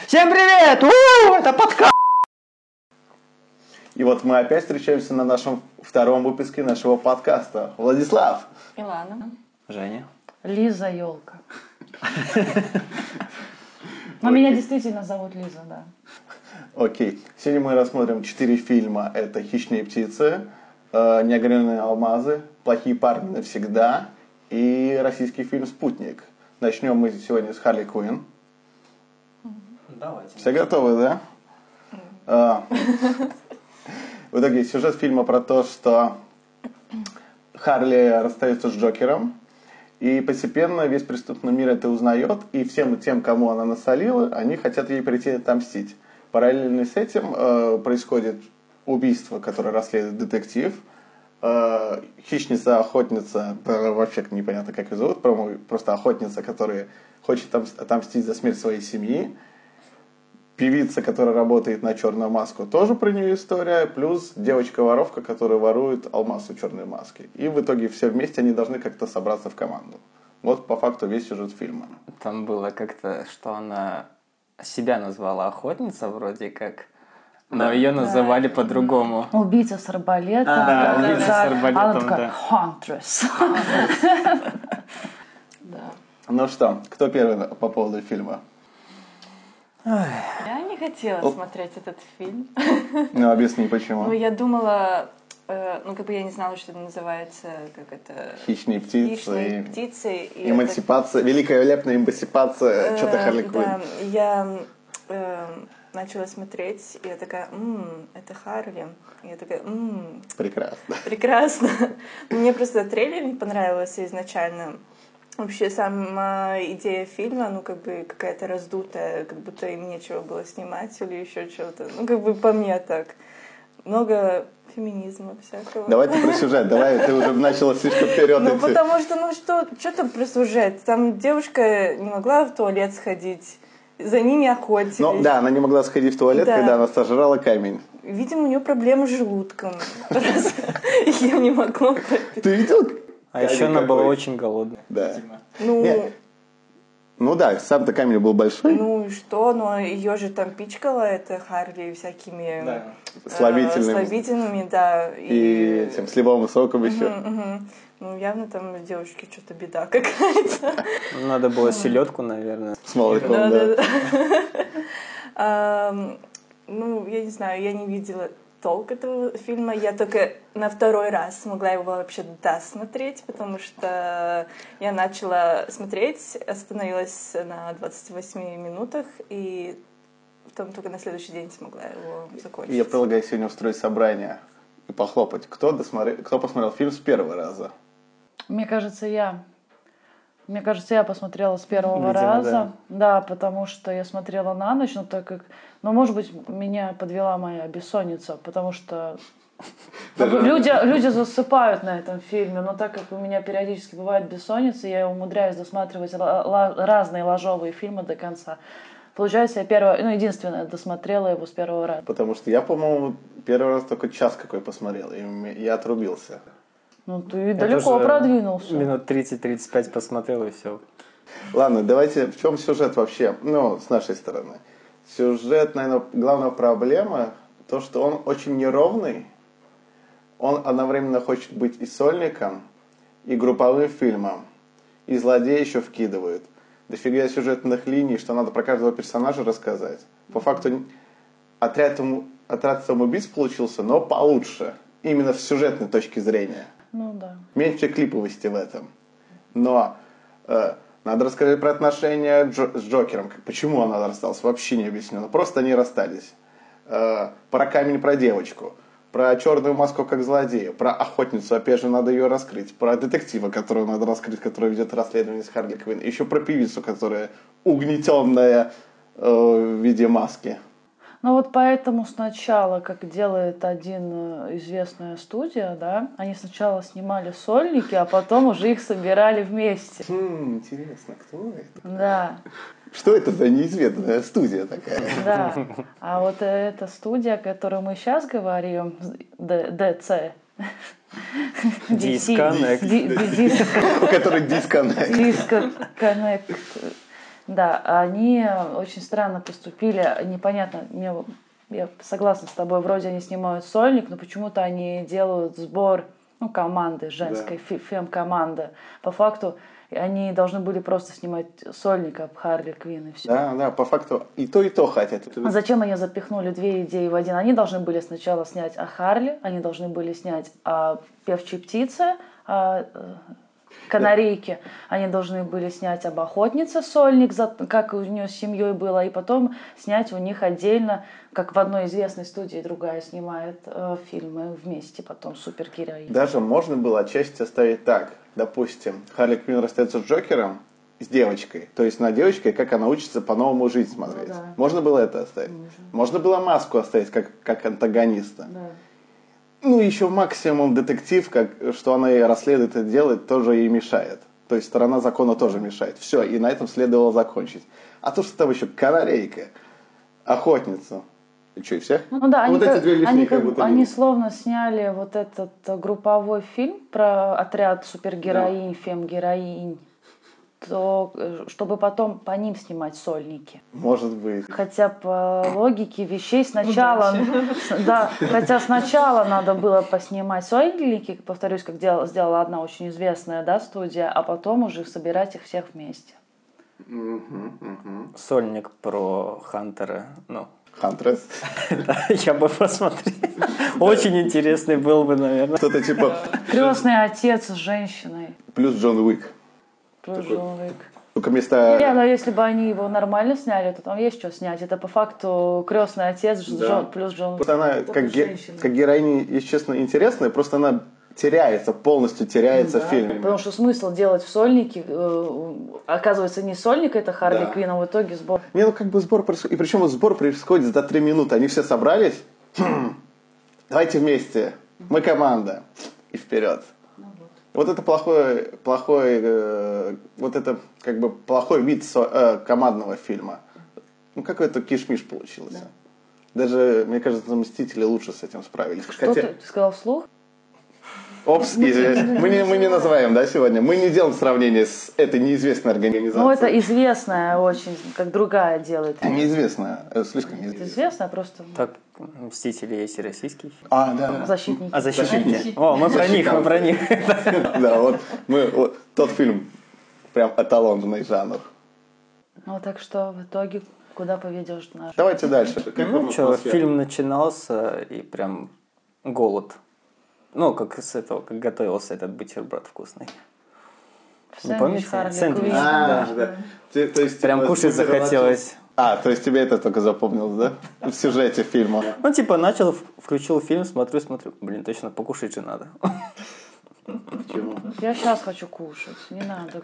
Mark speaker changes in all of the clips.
Speaker 1: Всем привет! Это подкаст!
Speaker 2: И вот мы опять встречаемся на нашем втором выпуске нашего подкаста. Владислав.
Speaker 3: Илана.
Speaker 1: Женя.
Speaker 3: Лиза Ёлка. Но меня действительно зовут Лиза, да.
Speaker 2: Окей. Сегодня мы рассмотрим 4 фильма. Это «Хищные птицы», «Неограненные алмазы», «Плохие парни навсегда» и российский фильм «Спутник». Начнем мы сегодня с Харли Квинн.
Speaker 1: Давайте.
Speaker 2: Все готовы, да? В итоге сюжет фильма про то, что Харли расстается с Джокером, и постепенно весь преступный мир это узнает, и всем тем, кому она насолила, они хотят ей прийти отомстить. Параллельно с этим происходит убийство, которое расследует детектив. Хищница, охотница, вообще непонятно, как ее зовут, просто охотница, которая хочет отомстить за смерть своей семьи. Певица, которая работает на черную маску, тоже про нее история. Плюс девочка-воровка, которая ворует алмаз у черной маски. И в итоге все вместе они должны как-то собраться в команду. Вот по факту весь сюжет фильма.
Speaker 1: Там было как-то, что она себя назвала охотница вроде как, но ее называли по-другому.
Speaker 3: Убийца с арбалетом.
Speaker 1: Да, убийца с арбалетом,
Speaker 3: она такая,
Speaker 1: да.
Speaker 3: Huntress.
Speaker 2: Ну что, кто первый по поводу фильма?
Speaker 4: Я не хотела смотреть этот фильм.
Speaker 2: Ну, объясни, почему.
Speaker 4: Ну, я думала, я не знала, что это называется, как это...
Speaker 2: «Хищные птицы».
Speaker 4: «Хищные птицы». И
Speaker 2: эмансипация, великолепная эмансипация, что-то Харли Квинн.
Speaker 4: Да, я начала смотреть, и я такая, это Харли. И я такая,
Speaker 2: Прекрасно.
Speaker 4: прекрасно. Мне просто трейлер не понравился изначально. Вообще сама идея фильма, какая-то раздутая, как будто им нечего было снимать или еще чего-то. По мне так. Много феминизма всякого.
Speaker 2: Давайте про сюжет, ты уже начала слишком вперед идти.
Speaker 4: Потому что, что там про сюжет? Там девушка не могла в туалет сходить, за ними охотились.
Speaker 2: Ну да, она не могла сходить в туалет,
Speaker 4: Да.
Speaker 2: когда она сожрала камень.
Speaker 4: Видимо, у нее проблемы с желудком. Я не могла пропить.
Speaker 2: Ты видел?
Speaker 1: А еще она была очень голодная.
Speaker 2: Да.
Speaker 4: Ну...
Speaker 2: Ну да, сам-то камень был большой.
Speaker 4: Ну и что, но ее же там пичкала это Харли всякими слабительными, да.
Speaker 2: И этим сливовым соком еще.
Speaker 4: Ну явно там у девушки что-то беда какая-то.
Speaker 1: Надо было селедку, наверное.
Speaker 2: С молоком, да.
Speaker 4: Ну, я не знаю, я не видела толк этого фильма. Я только на второй раз смогла его вообще досмотреть, потому что я начала смотреть, остановилась на 28 минутах, и потом только на следующий день смогла его закончить.
Speaker 2: Я предлагаю сегодня устроить собрание и похлопать. Кто посмотрел фильм с первого раза?
Speaker 3: Мне кажется, я посмотрела с первого
Speaker 1: Видимо,
Speaker 3: раза. Да, потому что я смотрела на ночь, может быть, меня подвела моя бессонница, потому что люди засыпают на этом фильме, но так как у меня периодически бывает бессонница, я умудряюсь досматривать разные ложовые фильмы до конца. Получается, я единственное досмотрела его с первого раза.
Speaker 2: Потому что я, по-моему, первый раз только час какой посмотрел, и я отрубился.
Speaker 3: Ну, ты далеко продвинулся.
Speaker 1: Минут 30-35 посмотрел и все.
Speaker 2: Ладно, давайте, в чем сюжет вообще, с нашей стороны? Сюжет, наверное, главная проблема, то, что он очень неровный. Он одновременно хочет быть и сольником, и групповым фильмом. И злодея еще вкидывают. Дофига сюжетных линий, что надо про каждого персонажа рассказать. По факту, отряд самоубийц получился, но получше. Именно с сюжетной точки зрения.
Speaker 3: Ну да.
Speaker 2: Меньше клиповости в этом. Но надо рассказать про отношения с Джокером. Почему она рассталась, вообще не объяснено. Просто они расстались. Про камень, про девочку. Про черную маску как злодея. Про охотницу, опять же, надо ее раскрыть. Про детектива, которого надо раскрыть, который ведет расследование с Харли Квинн. Еще про певицу, которая угнетенная в виде маски.
Speaker 3: Ну вот поэтому сначала, как делает известная студия, да, они сначала снимали сольники, а потом уже их собирали вместе.
Speaker 2: Интересно, кто это?
Speaker 3: Да.
Speaker 2: Что это за неизведанная студия такая?
Speaker 3: Да. А вот эта студия, о которой мы сейчас говорим, DC.
Speaker 1: Disconnect.
Speaker 2: У которой Disconnect.
Speaker 3: Disconnect. Да, они очень странно поступили, непонятно, я согласна с тобой, вроде они снимают сольник, но почему-то они делают сбор, ну, команды женской, фем-команды. По факту они должны были просто снимать сольник об Харли Квинн и все.
Speaker 2: Да, по факту и то хотят.
Speaker 3: А зачем они запихнули две идеи в один? Они должны были сначала снять о Харли, они должны были снять о певчей птице, о канарейке, они должны были снять об охотнице сольник, как у нее с семьей было, и потом снять у них отдельно, как в одной известной студии другая снимает фильмы вместе, потом супергерои.
Speaker 2: Даже можно было отчасти оставить так. Допустим, Харли Квинн расстается с Джокером, с девочкой. То есть на девочке, как она учится по-новому жизнь смотреть.
Speaker 3: Да.
Speaker 2: Можно было это оставить? Можно было Маску оставить как антагониста.
Speaker 3: Да.
Speaker 2: Ну, еще максимум детектив, что она и расследует и делает, тоже ей мешает. То есть сторона закона тоже мешает. Все, и на этом следовало закончить. А то, что там еще канарейка, охотница. И что, и все?
Speaker 3: Ну да,
Speaker 2: вот эти две лишние как будто
Speaker 3: они
Speaker 2: были.
Speaker 3: словно сняли вот этот групповой фильм про отряд супергероинь, фем-героинь, то, чтобы потом по ним снимать сольники.
Speaker 2: Может быть.
Speaker 3: Хотя по логике вещей сначала, хотя сначала надо было поснимать сольники, повторюсь, как сделала одна очень известная, да, студия, а потом уже собирать их всех вместе.
Speaker 1: Сольник про Хантера, ну.
Speaker 2: Хантрес.
Speaker 1: Да, я бы посмотрел. Очень интересный был бы, наверное.
Speaker 2: Что-то типа...
Speaker 3: Крестный отец с женщиной.
Speaker 2: Плюс Джон Уик.
Speaker 3: Плюс Джон Уик.
Speaker 2: Только вместо...
Speaker 3: Не, но если бы они его нормально сняли, то там есть что снять. Это по факту крестный отец плюс Джон Уик.
Speaker 2: Просто она как героиня, если честно, интересная, просто она полностью теряется в фильме.
Speaker 3: Потому что смысл делать в сольнике, оказывается, не сольник, это Харли Квинн, а в итоге сбор.
Speaker 2: Не, ну как бы сбор происходит. И причем сбор происходит за 3 минуты. Они все собрались. Давайте вместе. Мы команда. И вперед. Вот это плохой, вот это как бы плохой вид командного фильма. Ну какой-то киш-миш получился. Даже, мне кажется, «Мстители» лучше с этим справились.
Speaker 3: Что ты сказал вслух?
Speaker 2: Опс, мы не называем, да, сегодня? Мы не делаем сравнение с этой неизвестной организацией.
Speaker 3: Ну, это известная очень, как другая делает.
Speaker 2: Неизвестная, слишком
Speaker 3: Это
Speaker 2: неизвестная.
Speaker 3: известная просто.
Speaker 1: Так, «Мстители» есть и российский.
Speaker 2: Да.
Speaker 3: Защитники.
Speaker 1: А «Защитники»? О, мы про них.
Speaker 2: Да, вот тот фильм, прям эталонный жанр.
Speaker 3: Ну, так что в итоге куда поведешь наш?
Speaker 2: Давайте дальше.
Speaker 1: Ну что, фильм начинался и прям голод. Ну, как с этого, как готовился этот бутерброд вкусный. Не помните? Сэндвич.
Speaker 2: Да. То есть,
Speaker 1: прям кушать захотелось.
Speaker 2: То есть тебе это только запомнилось, да? В сюжете фильма.
Speaker 1: Ну, типа, включил фильм, смотрю, блин, точно покушать же надо.
Speaker 2: Почему?
Speaker 3: Я сейчас хочу кушать, не надо.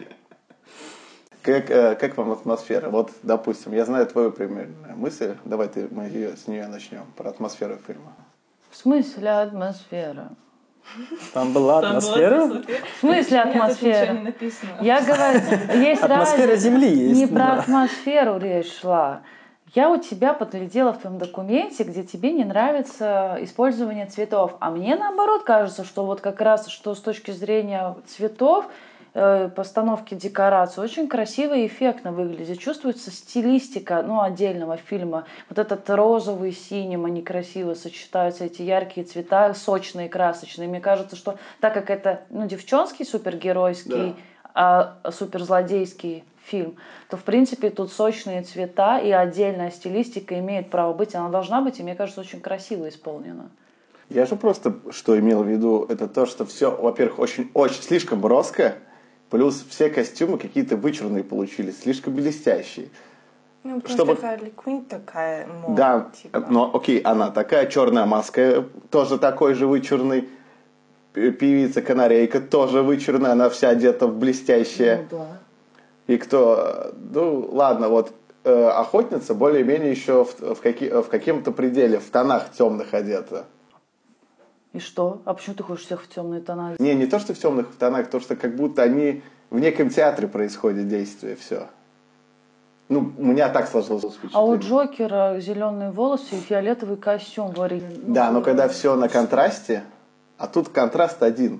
Speaker 2: Как вам атмосфера? Вот, допустим, я знаю твою примерную мысль. Давай мы с нее начнем, про атмосферу фильма.
Speaker 3: В смысле атмосфера?
Speaker 1: Там была атмосфера?
Speaker 3: В смысле атмосфера? Я говорю, есть
Speaker 1: атмосфера
Speaker 3: разница.
Speaker 1: Земли есть.
Speaker 3: Не про атмосферу речь шла. Я у тебя подглядела в твоем документе, где тебе не нравится использование цветов. А мне наоборот кажется, что вот как раз что с точки зрения цветов, постановки декораций очень красиво и эффектно выглядит. Чувствуется стилистика, отдельного фильма. Вот этот розовый с синим, они красиво сочетаются, эти яркие цвета, сочные, красочные. Мне кажется, что так как это девчонский супергеройский, суперзлодейский фильм, то в принципе тут сочные цвета и отдельная стилистика имеет право быть. Она должна быть, и мне кажется, очень красиво исполнена.
Speaker 2: Я же просто, что имел в виду, это то, что все, во-первых, очень слишком броское. Плюс все костюмы какие-то вычурные получились, слишком блестящие.
Speaker 4: Ну, потому что Харли Квинн такая мода.
Speaker 2: Да,
Speaker 4: типа.
Speaker 2: но окей, она такая, черная маска тоже такой же вычурный. Певица Канарейка тоже вычурная, она вся одета в блестящее.
Speaker 3: Ну, да.
Speaker 2: И ладно, охотница более-менее еще в каком-то пределе, в тонах темных одета.
Speaker 3: И что? А почему ты хочешь всех в темные тона?
Speaker 2: Не то, что в темных тонах, то, что как будто они в неком театре происходит действие, все. У меня так сложилось впечатление.
Speaker 3: А у Джокера зеленые волосы и фиолетовый костюм.
Speaker 2: Да, но когда все на контрасте, а тут контраст один.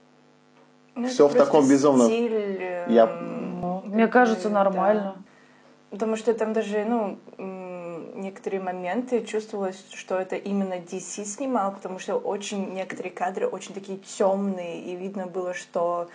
Speaker 2: Все в таком безумном...
Speaker 4: Стиль,
Speaker 3: Мне кажется, нормально.
Speaker 4: Потому что там даже, некоторые моменты чувствовалось, что это именно DC снимал, потому что очень некоторые кадры очень такие темные, и видно было, что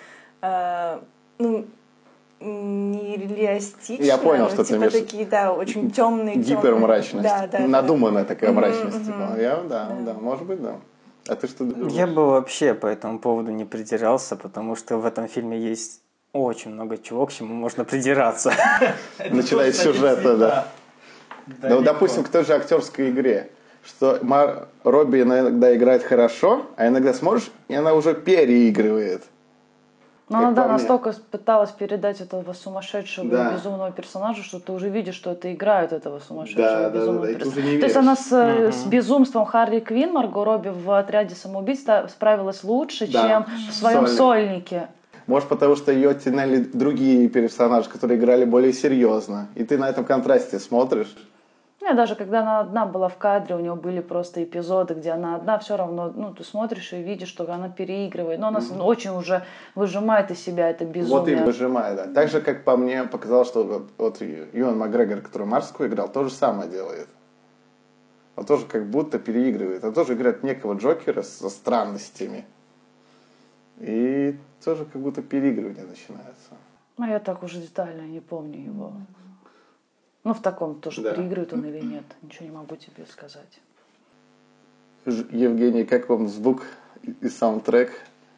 Speaker 4: нереалистично.
Speaker 2: Я понял, что ты
Speaker 4: типа
Speaker 2: имеешь...
Speaker 4: такие, да, очень темные.
Speaker 2: Гипермрачность.
Speaker 4: Да.
Speaker 2: Надуманная такая мрачность. Типа. Да, может быть, да. А ты что думаешь?
Speaker 1: Я бы вообще по этому поводу не придирался, потому что в этом фильме есть очень много чего, к чему можно придираться.
Speaker 2: Начиная с сюжета, да. Ну, допустим, к той же актерской игре, что Робби иногда играет хорошо, а иногда смотришь, и она уже переигрывает.
Speaker 3: Но она, настолько пыталась передать этого сумасшедшего безумного персонажа, что ты уже видишь, что это играют этого сумасшедшего безумного персонажа. То есть она с безумством Харли Квинн, Марго Робби в «Отряде самоубийц» справилась лучше, чем в своем сольнике.
Speaker 2: Может, потому что ее оттеняли другие персонажи, которые играли более серьезно. И ты на этом контрасте смотришь.
Speaker 3: Нет, даже когда она одна была в кадре, у нее были просто эпизоды, где она одна, все равно, ты смотришь и видишь, что она переигрывает. Но она очень уже выжимает из себя это безумие.
Speaker 2: Вот и выжимает, да. Так же, как по мне показалось, что вот Юэн Макгрегор, который Марску играл, то же самое делает. Он тоже как будто переигрывает. Он тоже играет некого Джокера со странностями. И тоже как будто переигрывание начинается.
Speaker 3: Ну, я так уже детально не помню его. В таком тоже переигрывает он или нет. Ничего не могу тебе сказать.
Speaker 2: Евгений, как вам звук и саундтрек?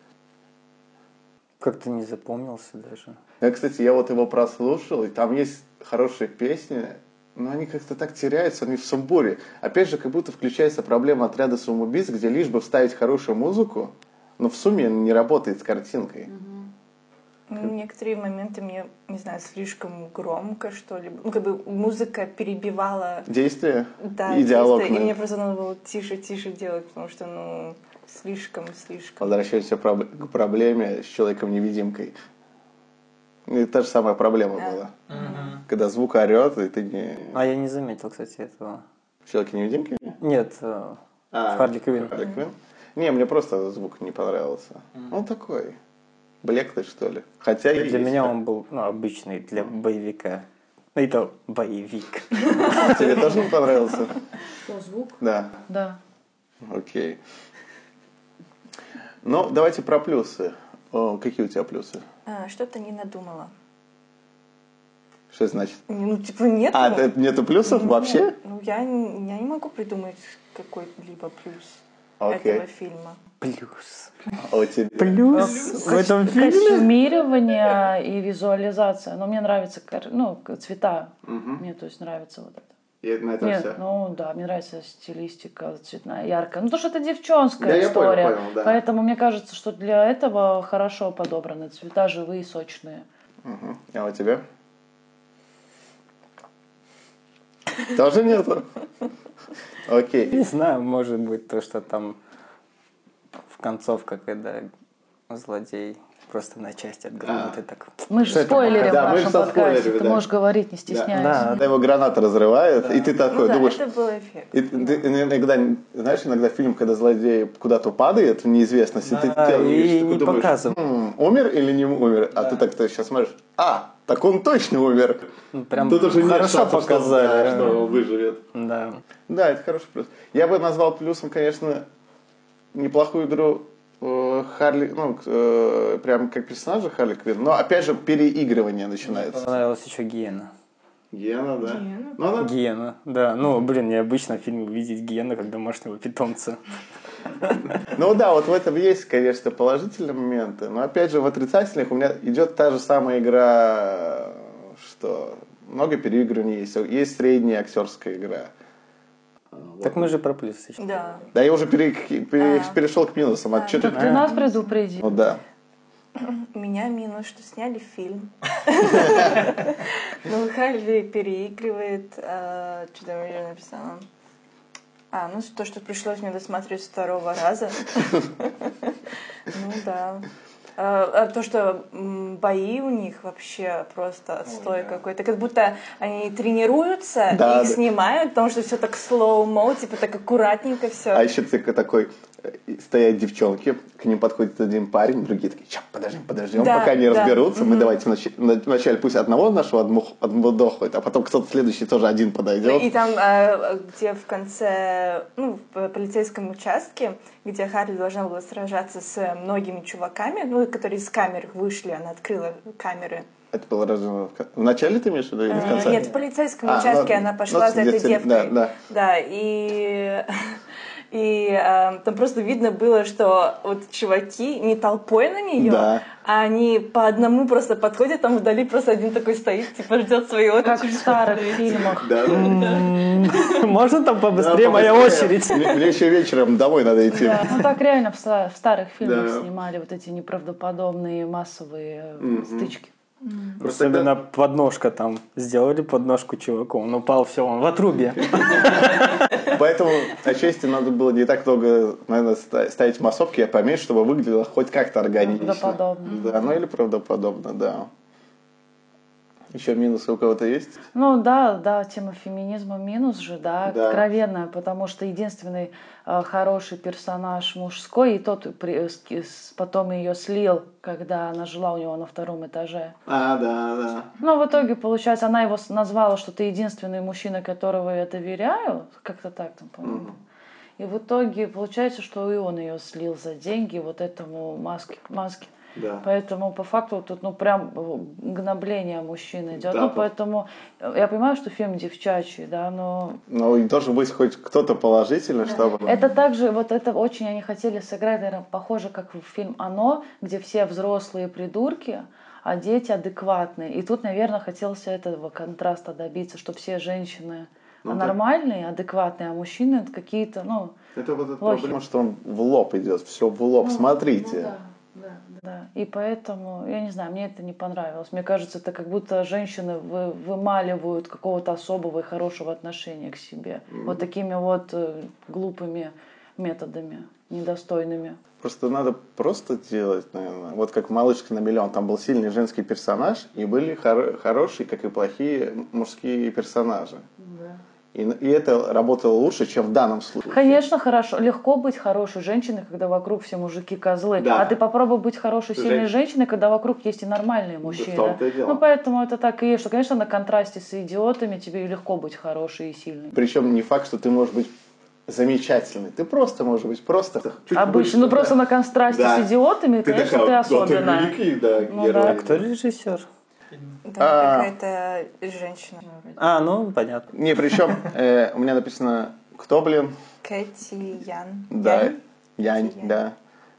Speaker 1: Как-то не запомнился даже.
Speaker 2: Кстати, я вот его прослушал, и там есть хорошие песни, но они как-то так теряются, они в сумбуре. Опять же, как будто включается проблема «Отряда самоубийц», где лишь бы вставить хорошую музыку, но в сумме не работает с картинкой.
Speaker 4: Некоторые моменты мне, не знаю, слишком громко, что ли. Музыка перебивала...
Speaker 2: Действие?
Speaker 4: Да,
Speaker 2: и диалог.
Speaker 4: И мне просто надо было тише делать, потому что, слишком.
Speaker 2: Возвращаемся к проблеме с Человеком-невидимкой. И та же самая проблема была. Когда звук орет, и ты не...
Speaker 1: А я не заметил, кстати, этого.
Speaker 2: Человек-невидимки?
Speaker 1: Нет, Харли Квинн.
Speaker 2: Не, мне просто звук не понравился. Он такой... Блеклый, что ли? Хотя
Speaker 1: для меня он был обычный для боевика. Это боевик.
Speaker 2: Тебе тоже не понравился?
Speaker 3: Что, звук?
Speaker 2: Да.
Speaker 3: Да.
Speaker 2: Окей. Ну, давайте про плюсы. Какие у тебя плюсы?
Speaker 4: Что-то не надумала.
Speaker 2: Что это значит?
Speaker 4: Нет.
Speaker 2: Нету плюсов вообще?
Speaker 4: Я не могу придумать какой-либо плюс этого фильма.
Speaker 1: Плюс.
Speaker 2: Плюс
Speaker 1: в этом фильме?
Speaker 3: Костюмирование и визуализация. Но мне нравятся цвета. Мне, нравится вот это.
Speaker 2: И на это
Speaker 3: Нет,
Speaker 2: все?
Speaker 3: мне нравится стилистика цветная, яркая. Потому что это девчонская история.
Speaker 2: Я понял, да.
Speaker 3: Поэтому мне кажется, что для этого хорошо подобраны цвета, живые, сочные.
Speaker 2: А у тебя? Тоже нету? Окей.
Speaker 1: Не знаю, может быть, то, что там в концовках, когда злодей просто на части от гранаты так...
Speaker 3: Мы же спойлерим в нашем подкасте, ты можешь говорить, не стесняйся.
Speaker 2: Да, когда его граната разрывает, и ты такой думаешь...
Speaker 4: это был эффект.
Speaker 2: И ты иногда фильм, когда злодей куда-то падает в неизвестность, и ты
Speaker 1: и не показывают.
Speaker 2: Умер или не умер? А ты так-то сейчас смотришь, так он точно умер.
Speaker 1: Прям
Speaker 2: тут уже
Speaker 1: хорошо показали,
Speaker 2: что выживет.
Speaker 1: Да.
Speaker 2: Да, это хороший плюс. Я бы назвал плюсом, конечно, неплохую игру Харли, прям как персонажа Харли Квинн, но опять же переигрывание начинается.
Speaker 1: Мне понравилась еще Гиена.
Speaker 2: Гиена, да?
Speaker 1: Гиена, да. Необычно в фильме увидеть Гиена как домашнего питомца.
Speaker 2: Вот в этом есть, конечно, положительные моменты, но опять же в отрицательных у меня идет та же самая игра, что много переигрываний есть. Есть средняя актерская игра.
Speaker 1: Так мы же про плюсы сейчас.
Speaker 4: Да.
Speaker 2: Да, я уже перешел к минусам.
Speaker 3: Ты нас предупреди.
Speaker 2: Да.
Speaker 4: У меня минус, что сняли фильм. Харли переигрывает. Что там я написала? То, что пришлось мне досматривать с второго раза. Да. То, что бои у них вообще просто отстой какой-то. Как будто они тренируются, их снимают, потому что все так slow-mo, так аккуратненько все.
Speaker 2: А еще ты такой, стоят девчонки, к ним подходит один парень, другие такие, сейчас, подождем,
Speaker 4: Да,
Speaker 2: пока не
Speaker 4: да.
Speaker 2: разберутся. Мы давайте вначале пусть одного нашего отмудохают, а потом кто-то следующий тоже один подойдет.
Speaker 4: И там, где в конце, в полицейском участке, где Харли должна была сражаться с многими чуваками, которые из камер вышли, она открыла камеры.
Speaker 2: Это было разве в начале, ты имеешь в виду, или в конце?
Speaker 4: Нет, в полицейском участке она пошла за этой девкой.
Speaker 2: Да.
Speaker 4: И там просто видно было, что вот чуваки не толпой на нее,
Speaker 2: Да.
Speaker 4: а они по одному просто подходят, там вдали просто один такой стоит, типа ждет своей очереди.
Speaker 3: Как в старых фильмах.
Speaker 2: Да.
Speaker 1: Можно там побыстрее моя очередь?
Speaker 2: Мне еще вечером домой надо идти.
Speaker 3: Да, ну так реально в старых фильмах
Speaker 2: Да.
Speaker 3: снимали вот эти неправдоподобные массовые стычки.
Speaker 1: Особенно подножка там. Сделали подножку чуваку, он упал, все, он в отрубе.
Speaker 2: Поэтому отчасти надо было не так много, наверное, ставить массовки, а поменьше, чтобы выглядело хоть как-то органично.
Speaker 3: Правдоподобно.
Speaker 2: Да, ну или правдоподобно, да. Еще минусы у кого-то есть?
Speaker 3: Ну да, тема феминизма минус же, да,
Speaker 2: Да.
Speaker 3: откровенная, потому что единственный хороший персонаж мужской, и тот потом ее слил, когда она жила у него на 2-м этаже.
Speaker 2: Да.
Speaker 3: Но в итоге, получается, она его назвала, что ты единственный мужчина, которого я доверяю, как-то так там, по-моему. И в итоге получается, что и он ее слил за деньги вот этому маске.
Speaker 2: Да.
Speaker 3: Поэтому по факту тут прям гнобление мужчин идет.
Speaker 2: Да,
Speaker 3: Поэтому я понимаю, что фильм девчачий, да, но
Speaker 2: Ну, и должен быть хоть кто-то положительный, чтобы...
Speaker 3: это также, вот это очень они хотели сыграть, наверное, похоже, как в фильм «Оно», где все взрослые придурки, а дети адекватные. И тут, наверное, хотелось этого контраста добиться, что все женщины нормальные, адекватные, а мужчины какие-то,
Speaker 2: Это вот эта
Speaker 3: лохи.
Speaker 2: проблема, что он в лоб идет, все в лоб, смотрите.
Speaker 3: Да, и поэтому, я не знаю, мне это не понравилось. Мне кажется, это как будто женщины вымаливают какого-то особого и хорошего отношения к себе. Вот такими вот глупыми методами, недостойными.
Speaker 2: Просто надо просто делать, наверное. Вот как «Малышка на миллион». Там был сильный женский персонаж, и были хорошие, как и плохие мужские персонажи. И это работало лучше, чем в данном случае.
Speaker 3: Конечно, хорошо. Легко быть хорошей женщиной, когда вокруг все мужики козлы.
Speaker 2: Да.
Speaker 3: А ты попробуй быть хорошей, сильной женщиной, когда вокруг есть и нормальные мужчины.
Speaker 2: том-то и дело.
Speaker 3: Ну, поэтому это так и есть, что, конечно, на контрасте с идиотами тебе легко быть хорошей и сильной.
Speaker 2: Причем не факт, что ты можешь быть замечательный. Ты просто можешь быть просто... чуть
Speaker 3: Обычно,
Speaker 2: выше,
Speaker 3: просто на контрасте
Speaker 2: Да.
Speaker 3: с идиотами, конечно, ты особенная.
Speaker 2: Ты великий, да,
Speaker 3: Ну
Speaker 2: герой.
Speaker 3: да.
Speaker 1: А кто режиссер?
Speaker 4: Да, какая-то женщина.
Speaker 1: Ну, понятно.
Speaker 2: Не, причем у меня написано, кто, блин?
Speaker 4: Кэти Ян.
Speaker 2: Да, Янь, да.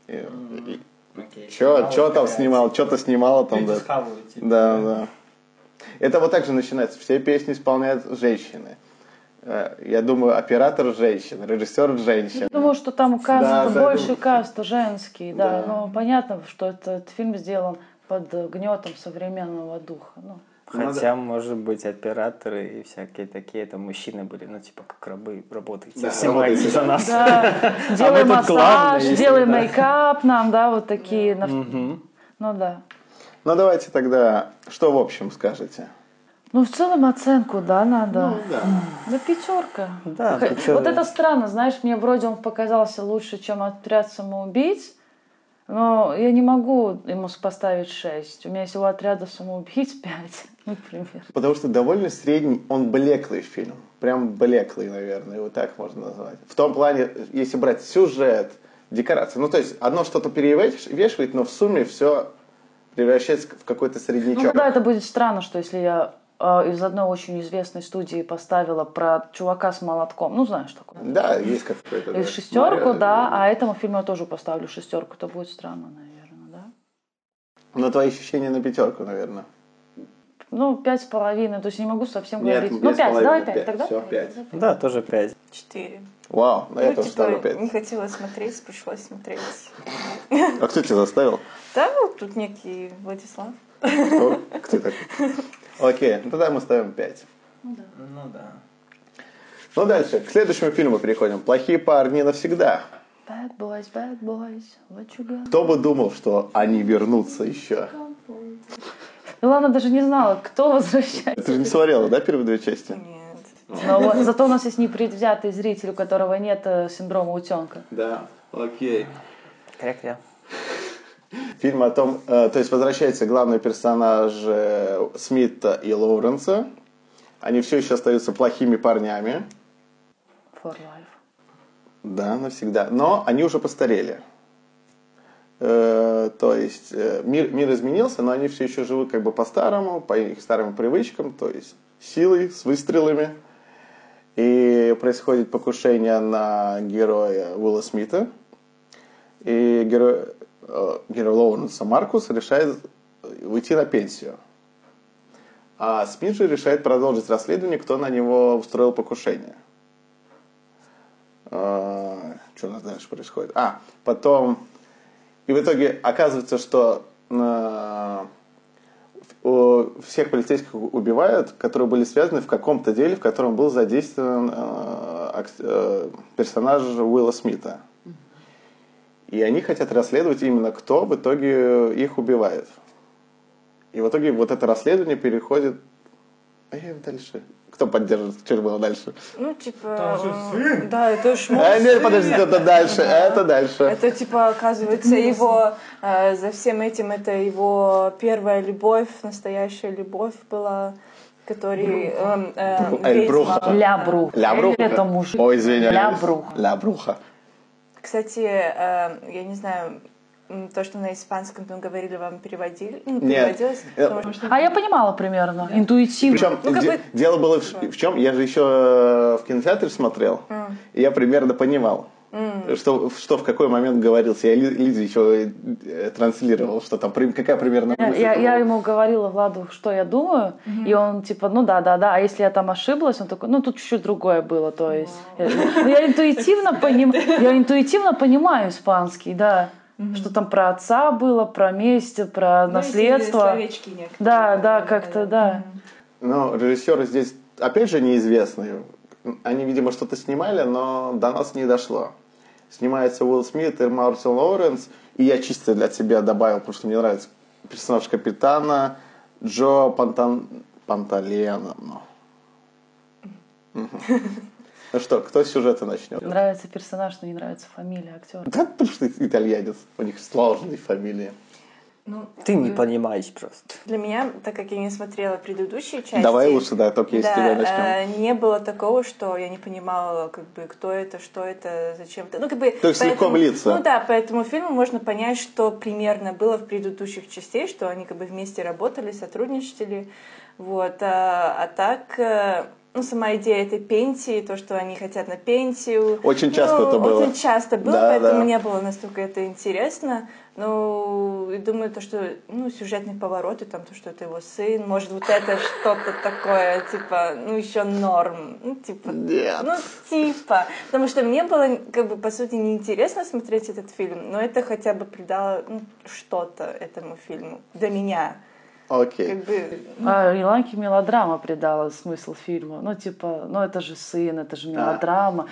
Speaker 2: Чё там снимал? Что-то снимала там, да. Да. Это вот так же начинается. Все песни исполняют женщины. Я думаю, оператор женщина, режиссер женщина.
Speaker 3: Я думаю, что там каст,
Speaker 2: Да,
Speaker 3: больше каст женский, да.
Speaker 2: Да.
Speaker 3: Но понятно, что этот фильм сделан под гнетом современного духа.
Speaker 1: Хотя, может быть, операторы и всякие такие, это мужчины были, типа, как рабы, работаете,
Speaker 2: Да,
Speaker 1: снимайте за нас.
Speaker 3: Да, делай
Speaker 1: мы тут главные,
Speaker 3: массаж,
Speaker 1: если
Speaker 3: делай
Speaker 1: да.
Speaker 3: мейкап нам, да, вот такие.
Speaker 1: Мгм.
Speaker 3: Ну да.
Speaker 2: Ну давайте тогда, что в общем скажете?
Speaker 3: Ну, в целом оценку, да, надо.
Speaker 2: Да.
Speaker 3: Да, 5.
Speaker 1: Да,
Speaker 3: Вот
Speaker 1: причем-
Speaker 3: это странно, знаешь, мне вроде он показался лучше, чем «Отряд самоубийц», но я не могу ему поставить 6. У меня есть у «Отряда самоубийц» 5, например.
Speaker 2: Потому что довольно средний, он блеклый фильм. Прям блеклый, наверное, его так можно назвать. В том плане, если брать сюжет, декорации. Ну, то есть, одно что-то перевешивает, но в сумме все превращается в какой-то среднячок.
Speaker 3: Ну да, это будет странно, что если я из одной очень известной студии поставила про чувака с молотком, ну знаешь такое.
Speaker 2: Да, есть какой-то.
Speaker 3: И 6, да, а этому фильму я тоже поставлю 6. Это будет странно, наверное, да.
Speaker 2: Но твои ощущения на 5, наверное.
Speaker 3: Ну, 5,5, то есть не могу совсем
Speaker 2: Нет,
Speaker 3: говорить. Ну, 5, давай 5, тогда.
Speaker 2: Все, 5.
Speaker 1: Да, тоже 5.
Speaker 4: 4.
Speaker 2: Вау, на это ставлю 5.
Speaker 4: Не хотела смотреть, пришлось смотреть.
Speaker 2: А кто тебя заставил?
Speaker 4: Да, ну, тут некий Владислав.
Speaker 2: Кто такой? Окей, ну тогда мы ставим 5.
Speaker 1: Ну да.
Speaker 2: Ну дальше, к следующему фильму переходим. «Плохие парни навсегда».
Speaker 3: Bad boys, what you got?
Speaker 2: Кто бы думал, что они вернутся еще?
Speaker 3: Илана даже не знала, кто возвращается.
Speaker 2: Ты же не смотрела, да, первые 2 части?
Speaker 4: Нет.
Speaker 3: Но вот, зато у нас есть непредвзятый зритель, у которого нет синдрома утенка.
Speaker 2: Да. Окей.
Speaker 1: Кря-кря.
Speaker 2: Фильм о том, то есть возвращается главный персонаж Смита и Лоуренса. Они все еще остаются плохими парнями.
Speaker 3: For life.
Speaker 2: Да, навсегда. Но они уже постарели. То есть мир изменился, но они все еще живут как бы по-старому, по их старым привычкам, то есть силой, с выстрелами. И происходит покушение на героя Уилла Смита. И герой Лоуренса Маркус решает уйти на пенсию. А Смит же решает продолжить расследование, кто на него устроил покушение. Что у нас дальше происходит? Потом... И в итоге оказывается, что всех полицейских убивают, которые были связаны в каком-то деле, в котором был задействован персонаж Уилла Смита. И они хотят расследовать именно, кто в итоге их убивает. И в итоге вот это расследование переходит... дальше... Кто поддерживает? Что было дальше?
Speaker 4: Ну, типа... Да, это ж мой сын.
Speaker 2: Нет, подождите, это дальше, это дальше.
Speaker 4: Это, типа, оказывается, его... За всем этим это его первая любовь, настоящая любовь была, который...
Speaker 2: Эльбруха.
Speaker 3: Лябруха.
Speaker 2: Лябруха?
Speaker 3: Это мужик.
Speaker 2: Ой, извиняюсь.
Speaker 3: Лябруха.
Speaker 2: Лябруха.
Speaker 4: Кстати, я не знаю... То, что на испанском там говорили, вам переводили?
Speaker 2: Нет.
Speaker 4: Переводилось?
Speaker 3: А я понимала примерно, интуитивно.
Speaker 2: Причем дело было в чем? Я же еще в кинотеатре смотрел, и я примерно понимал, что в какой момент говорился. Я Лизе еще транслировал, что там, какая примерно мысль.
Speaker 3: Я ему говорила, Владу, что я думаю, и он типа, ну да, а если я там ошиблась, он такой, ну тут чуть-чуть другое было, то есть. Я интуитивно понимаю испанский, да. Что там про отца было, про месть, про наследство. Да, как-то, да.
Speaker 2: Но режиссеры здесь, опять же, неизвестные. Они, видимо, что-то снимали, но до нас не дошло. Снимается Уилл Смит и Мартин Лоуренс. И я чисто для себя добавил, потому что мне нравится персонаж капитана Джо Панталено. Ну что, кто с сюжета начнет?
Speaker 3: Нравится персонаж, но не нравится фамилия актера.
Speaker 2: Да, потому что итальянец. У них сложные фамилии.
Speaker 1: Ты не понимаешь просто.
Speaker 4: Для меня, так как я не смотрела предыдущие части...
Speaker 2: Давай лучше, только если тебя начнем.
Speaker 4: Не было такого, что я не понимала, как бы, кто это, что это, зачем-то. Ну, как бы,
Speaker 2: то есть легко влиться.
Speaker 4: Ну да, по этому фильму можно понять, что примерно было в предыдущих частях, что они как бы вместе работали, сотрудничали. Вот. А так... Ну, сама идея этой пенсии, то, что они хотят на пенсию.
Speaker 2: Очень часто это было.
Speaker 4: Очень часто было, поэтому не было настолько это интересно. Ну, и думаю, то, что, сюжетные повороты, там, то, что это его сын, может, вот это что-то такое, типа, еще норм.
Speaker 2: Нет.
Speaker 4: Потому что мне было, как бы, по сути, неинтересно смотреть этот фильм, но это хотя бы придало, что-то этому фильму, до меня.
Speaker 2: Окей.
Speaker 3: Иланке мелодрама придала смысл фильму. Это же сын, это же мелодрама.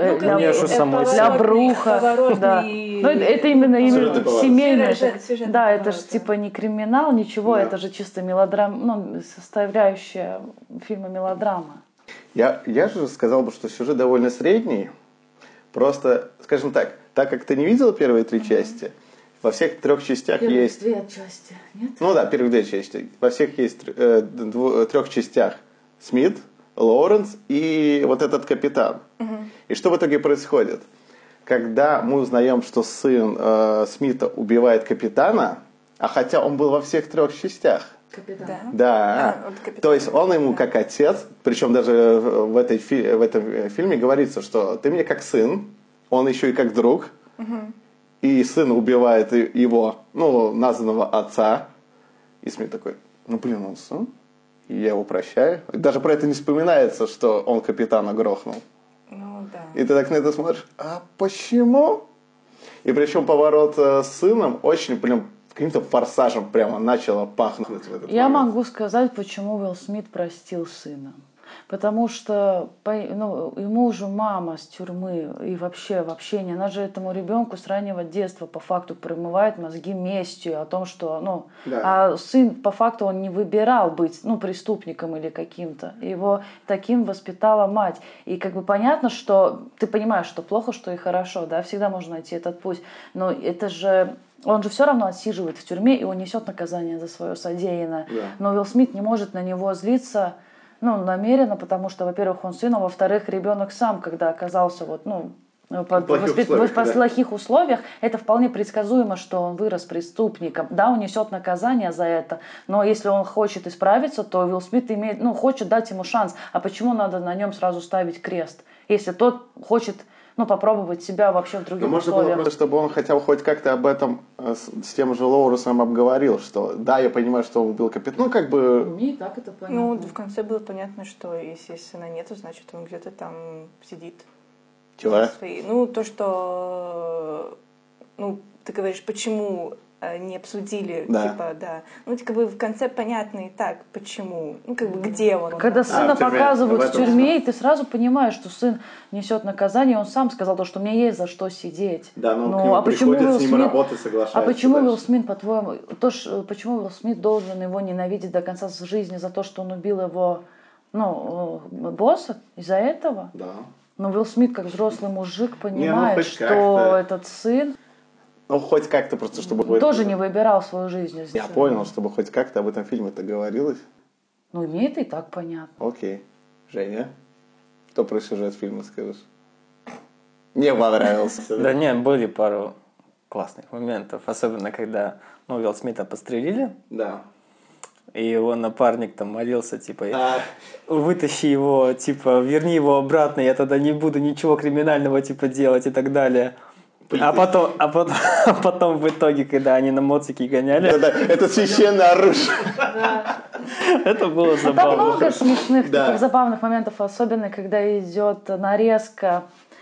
Speaker 3: Лябруха. Да. Это именно семейное. Да, это же типа не криминал, ничего, это же чисто мелодрама, составляющая фильма мелодрама.
Speaker 2: Я же сказал бы, что сюжет довольно средний. Просто, скажем так как ты не видела первые 3 части, во всех 3 частях есть...
Speaker 3: 2 части, нет?
Speaker 2: Ну да, первых 2 части. Во всех есть 3 частях Смит, Лоуренс и вот этот капитан. И что в итоге происходит? Когда мы узнаем, что сын Смита убивает капитана, а хотя он был во всех 3 частях.
Speaker 3: Капитан?
Speaker 2: Да. То есть он ему как отец, причем даже в этом фильме говорится, что ты мне как сын, он еще и как друг. И сын убивает его, названного отца. И Смит такой, он сын. И я его прощаю. И даже про это не вспоминается, что он капитана грохнул.
Speaker 4: Ну, да.
Speaker 2: И ты так на это смотришь, а почему? И причем поворот с сыном очень, каким-то форсажем прямо начало пахнуть.
Speaker 3: Я могу сказать, почему Уилл Смит простил сына. Потому что ему уже мама с тюрьмы и вообще в общении, она же этому ребенку с раннего детства по факту промывает мозги местью о том, что, а сын по факту он не выбирал быть, преступником или каким-то. Его таким воспитала мать. И как бы понятно, что ты понимаешь, что плохо, что и хорошо, да, всегда можно найти этот путь. Но это же он же все равно отсиживает в тюрьме, и он несет наказание за свое содеянное.
Speaker 2: Да.
Speaker 3: Но Уилл Смит не может на него злиться, намеренно, потому что, во-первых, он сын, а во-вторых, ребенок сам, когда оказался в плохих условиях, это вполне предсказуемо, что он вырос преступником. Да, он несет наказание за это, но если он хочет исправиться, то Уилл Смит хочет дать ему шанс. А почему надо на нем сразу ставить крест, если тот хочет попробовать себя вообще в других условиях?
Speaker 2: Можно было просто, чтобы он хотя бы хоть как-то об этом с тем же Лоуренсом обговорил, что да, я понимаю, что он убил капитана,
Speaker 3: Мне и так это понятно.
Speaker 4: В конце было понятно, что если сына нету, значит он где-то там сидит.
Speaker 2: Чего?
Speaker 4: То, что, ты говоришь, почему не обсудили, в конце понятно и так, почему, где он.
Speaker 3: Когда сына показывают в тюрьме, и ты сразу понимаешь, что сын несет наказание, он сам сказал то, что мне есть за что сидеть.
Speaker 2: Да, но приходит с ним работать, соглашается.
Speaker 3: А почему Уилл Смит, по-твоему, почему Уилл Смит должен его ненавидеть до конца жизни за то, что он убил его, босса из-за этого?
Speaker 2: Да.
Speaker 3: Но Уилл Смит, как взрослый мужик, понимает, что этот сын
Speaker 2: хоть как-то просто, чтобы...
Speaker 3: тоже не выбирал свою жизнь.
Speaker 2: Я понял, чтобы хоть как-то об этом фильме-то говорилось.
Speaker 3: Мне это и так понятно.
Speaker 2: Окей. Женя, что про сюжет фильма скажешь? Мне понравился.
Speaker 1: Да нет, были пару классных моментов. Особенно, когда Уилла Смита пострелили.
Speaker 2: Да.
Speaker 1: И его напарник там молился, вытащи его, верни его обратно, я тогда не буду ничего криминального, делать и так далее. А потом в итоге, когда они на моцике гоняли...
Speaker 2: Это священное оружие.
Speaker 1: Это было забавно.
Speaker 3: Там много смешных, таких забавных моментов, особенно когда идет нарезка,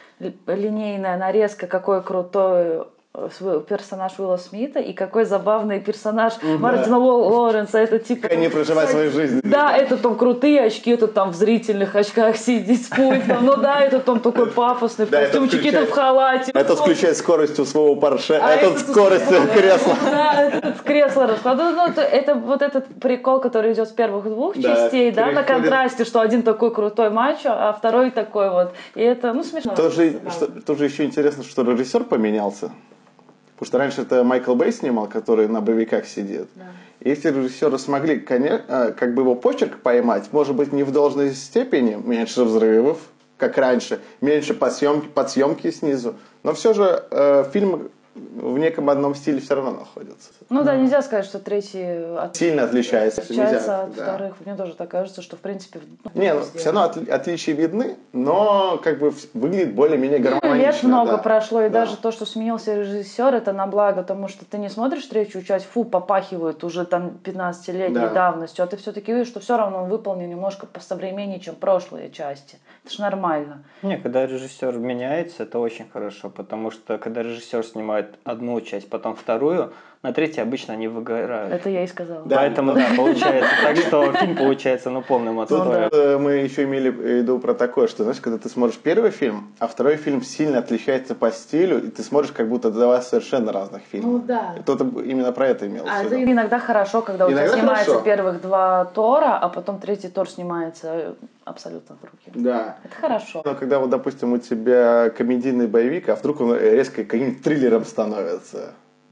Speaker 3: линейная нарезка, какой крутой персонаж Уилла Смита и какой забавный персонаж Мартина Лоуренса. Это
Speaker 2: Они проживают свою жизнь.
Speaker 3: Да, это там крутые очки, это там в зрительных очках сидит с пультом. Это там такой пафосный костюмчик, это в халате.
Speaker 2: Это включает скорость у своего Порше, а этот скорость кресла.
Speaker 3: Да, этот кресло раскладывает. Это вот этот прикол, который идет с первых двух частей, на контрасте, что один такой крутой мачо, а второй такой вот. И это, смешно.
Speaker 2: Тоже еще интересно, что режиссер поменялся. Потому что раньше это Майкл Бэй снимал, который на боевиках сидит. Да. И эти режиссеры смогли как бы его почерк поймать, может быть, не в должной степени, меньше взрывов, как раньше, меньше подсъемки снизу, но все же фильм в неком одном стиле все равно находится.
Speaker 3: Нельзя сказать, что третий
Speaker 2: сильно отличается.
Speaker 3: От вторых. Мне тоже так кажется, что в принципе...
Speaker 2: все равно отличия видны, но как бы выглядит более-менее гармонично.
Speaker 3: Лет много прошло, и даже то, что сменился режиссер, это на благо, потому что ты не смотришь третью часть, попахивает уже там 15-летней давностью, а ты все-таки видишь, что все равно он выполнен немножко посовременнее, чем прошлые части. Это ж нормально.
Speaker 1: Когда режиссер меняется, это очень хорошо, потому что когда режиссер снимает одну часть, потом вторую, на третьей обычно они выгорают.
Speaker 3: Это я и сказала.
Speaker 1: Поэтому, получается так, что фильм получается, полным отстоем.
Speaker 2: Мы еще имели в виду про такое, что, знаешь, когда ты смотришь первый фильм, а второй фильм сильно отличается по стилю, и ты смотришь как будто два совершенно разных фильма. Кто-то именно про это имел в виду.
Speaker 3: Это иногда хорошо, когда у тебя снимается первых два Тора, а потом третий Тор снимается абсолютно другим.
Speaker 2: Да.
Speaker 3: Это хорошо.
Speaker 2: Но когда, допустим, у тебя комедийный боевик, а вдруг он резко каким-нибудь триллером становится,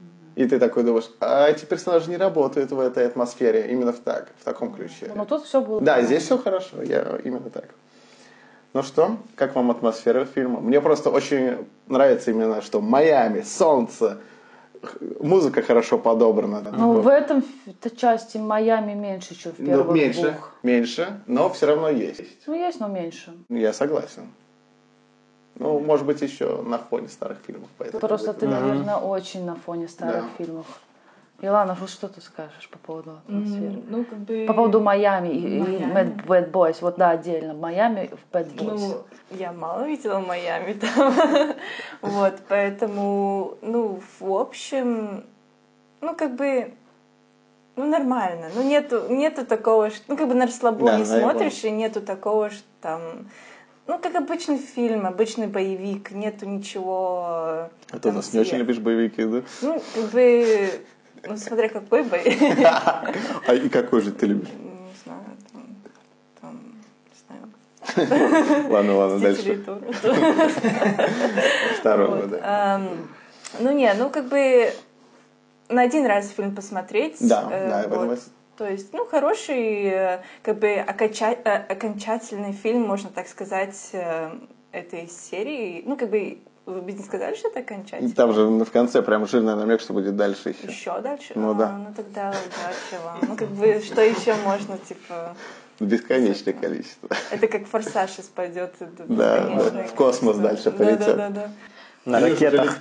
Speaker 2: и ты такой думаешь, а эти персонажи не работают в этой атмосфере, именно в таком ключе.
Speaker 3: Но тут все было...
Speaker 2: Да, здесь все хорошо, именно так. Ну что, как вам атмосфера фильма? Мне просто очень нравится именно, что Майами, солнце, музыка хорошо подобрана.
Speaker 3: В этом части Майами меньше, чем в первых двух.
Speaker 2: Меньше, но все равно есть.
Speaker 3: Есть, но меньше.
Speaker 2: Я согласен. Может быть, еще на фоне старых фильмов.
Speaker 3: Просто ты, наверное, очень на фоне старых фильмов. Илана, что ты скажешь по поводу атмосферы? По поводу Майами и Bad Boys. Отдельно. Майами в Bad Boys.
Speaker 4: Я мало видела Майами там. поэтому, в общем, Ну, нормально. Ну, нету такого, что... Ну, как бы на расслабоне смотришь, и нету такого, что там... Ну, как обычный фильм, обычный боевик. Нету ничего...
Speaker 2: А ты у нас не очень любишь боевики, да?
Speaker 4: Ну, как бы... Ну, смотря какой боевик.
Speaker 2: А и какой же ты любишь?
Speaker 4: Не знаю, не знаю.
Speaker 2: Ладно, дальше. Второго, да.
Speaker 4: Ну, как бы... На один раз фильм посмотреть.
Speaker 2: Да,
Speaker 4: вот. То есть, ну, хороший, как бы окончательный фильм, можно так сказать, этой серии. Ну, как бы, вы бы не сказали, что это окончательный?
Speaker 2: Там же в конце прям жирный намек, что будет дальше еще.
Speaker 4: Еще дальше?
Speaker 2: Ну, да.
Speaker 4: Ну, тогда удачи вам. Ну, как бы, что еще можно, типа...
Speaker 2: Бесконечное количество.
Speaker 4: Это как «Форсаж» сейчас пойдет.
Speaker 2: Да, в космос дальше полетят.
Speaker 4: Да.
Speaker 1: На ракетах.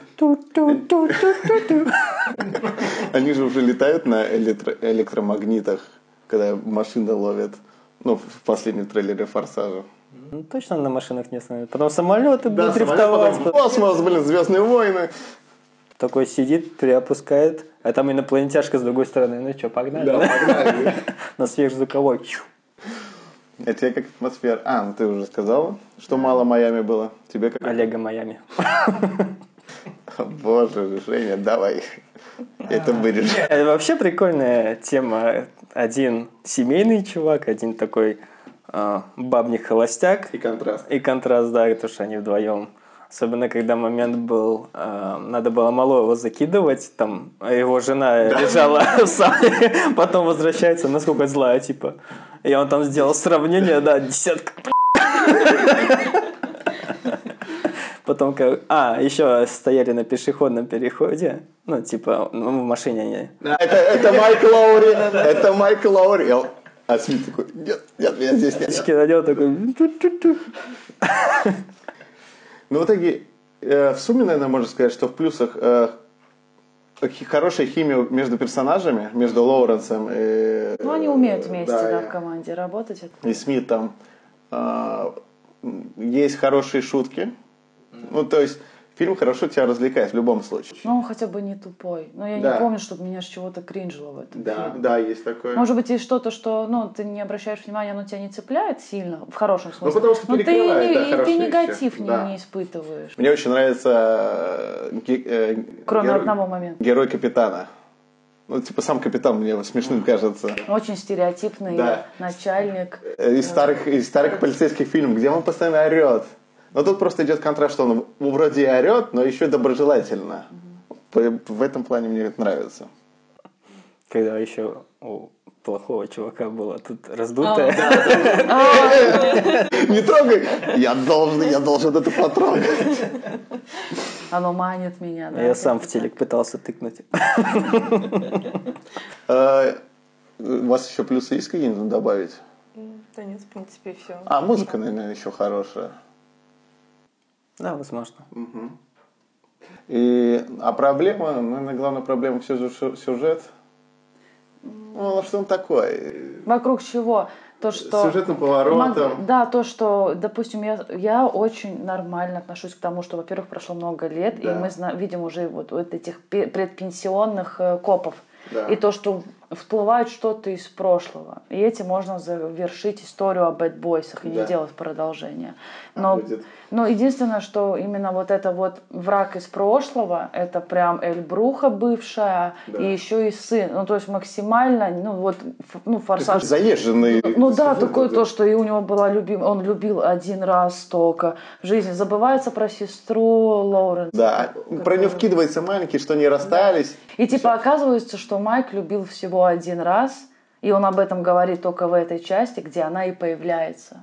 Speaker 2: Они же уже летают на электромагнитах, когда машины ловят. Ну, в последнем трейлере «Форсажа».
Speaker 1: Ну, точно на машинах не остановят. Потом самолеты будут дрифтовать.
Speaker 2: Космос, «Звездные войны».
Speaker 1: Такой сидит, приопускает, а там инопланетяшка с другой стороны. Ну что, погнали?
Speaker 2: Да, погнали.
Speaker 1: На сверхзвуковой.
Speaker 2: А тебе как атмосфера? Ну ты уже сказала, что мало Майами было. Тебе как?
Speaker 1: Олега Майами.
Speaker 2: Боже, Женя, давай. Это вырежу.
Speaker 1: Это вообще прикольная тема. Один семейный чувак, один такой бабник-холостяк.
Speaker 2: И контраст.
Speaker 1: И контраст, да, то, что они вдвоем. Особенно, когда момент был, надо было малого закидывать, там его жена лежала в сауне, потом возвращается, насколько злая, типа. И он там сделал сравнение, да, 10. Потом как... еще стояли на пешеходном переходе. Ну, типа, в машине они...
Speaker 2: Это Майк Лоури. Это Майк Лоури. А Смит такой, нет, меня здесь нет.
Speaker 1: Очки надел, такой...
Speaker 2: Ну, в итоге, в сумме, наверное, можно сказать, что в плюсах хорошая химия между персонажами, между Лоуренсом и...
Speaker 3: Ну, они умеют вместе, в команде работать.
Speaker 2: И Смитом. Есть хорошие шутки. Ну, то есть, фильм хорошо тебя развлекает в любом случае.
Speaker 3: Ну, он хотя бы не тупой. Но я не помню, чтобы меня с чего-то кринжило в этом фильме.
Speaker 2: Да, есть такое.
Speaker 3: Может быть, есть что-то, что ты не обращаешь внимания, оно тебя не цепляет сильно, в хорошем смысле.
Speaker 2: Ну, потому что перекрывает,
Speaker 3: ты негатив не испытываешь.
Speaker 2: Мне очень нравится
Speaker 3: Кроме одного момента.
Speaker 2: Герой капитана. Ну, типа, сам капитан мне смешным кажется.
Speaker 3: Очень стереотипный начальник.
Speaker 2: Из старых полицейских фильмов, где он постоянно орет. Но тут просто идет контраст, что он вроде и орет, но еще доброжелательно. В этом плане мне это нравится.
Speaker 1: Когда еще у плохого чувака было тут раздутое.
Speaker 2: Не трогай! Я должен это потрогать.
Speaker 3: Оно манит меня, да?
Speaker 1: Я сам в телек пытался тыкнуть.
Speaker 2: У вас еще плюсы есть какие-нибудь добавить?
Speaker 4: Да нет, в принципе, все.
Speaker 2: Музыка, наверное, еще хорошая.
Speaker 1: Да, возможно.
Speaker 2: А проблема, наверное, главная проблема все же сюжет. Ну, что он такой?
Speaker 3: Вокруг чего? То, что...
Speaker 2: Сюжетным поворотом.
Speaker 3: Да, то, что, допустим, я очень нормально отношусь к тому, что, во-первых, прошло много лет, и мы видим уже вот этих предпенсионных копов. Да. И то, что всплывает что-то из прошлого. И этим можно завершить историю о бэдбойсах и не делать продолжения. Но единственное, что именно вот это вот враг из прошлого, это прям Эль Бруха бывшая, и еще и сын. Ну, то есть максимально, форсаж.
Speaker 2: Заезженный.
Speaker 3: Такое то, что и у него была он любил один раз только в жизни. Забывается про сестру Лоуренс.
Speaker 2: Да, про нее вкидывается маленький, что они расстались.
Speaker 3: И оказывается, что Майк любил всего один раз, и он об этом говорит только в этой части, где она и появляется.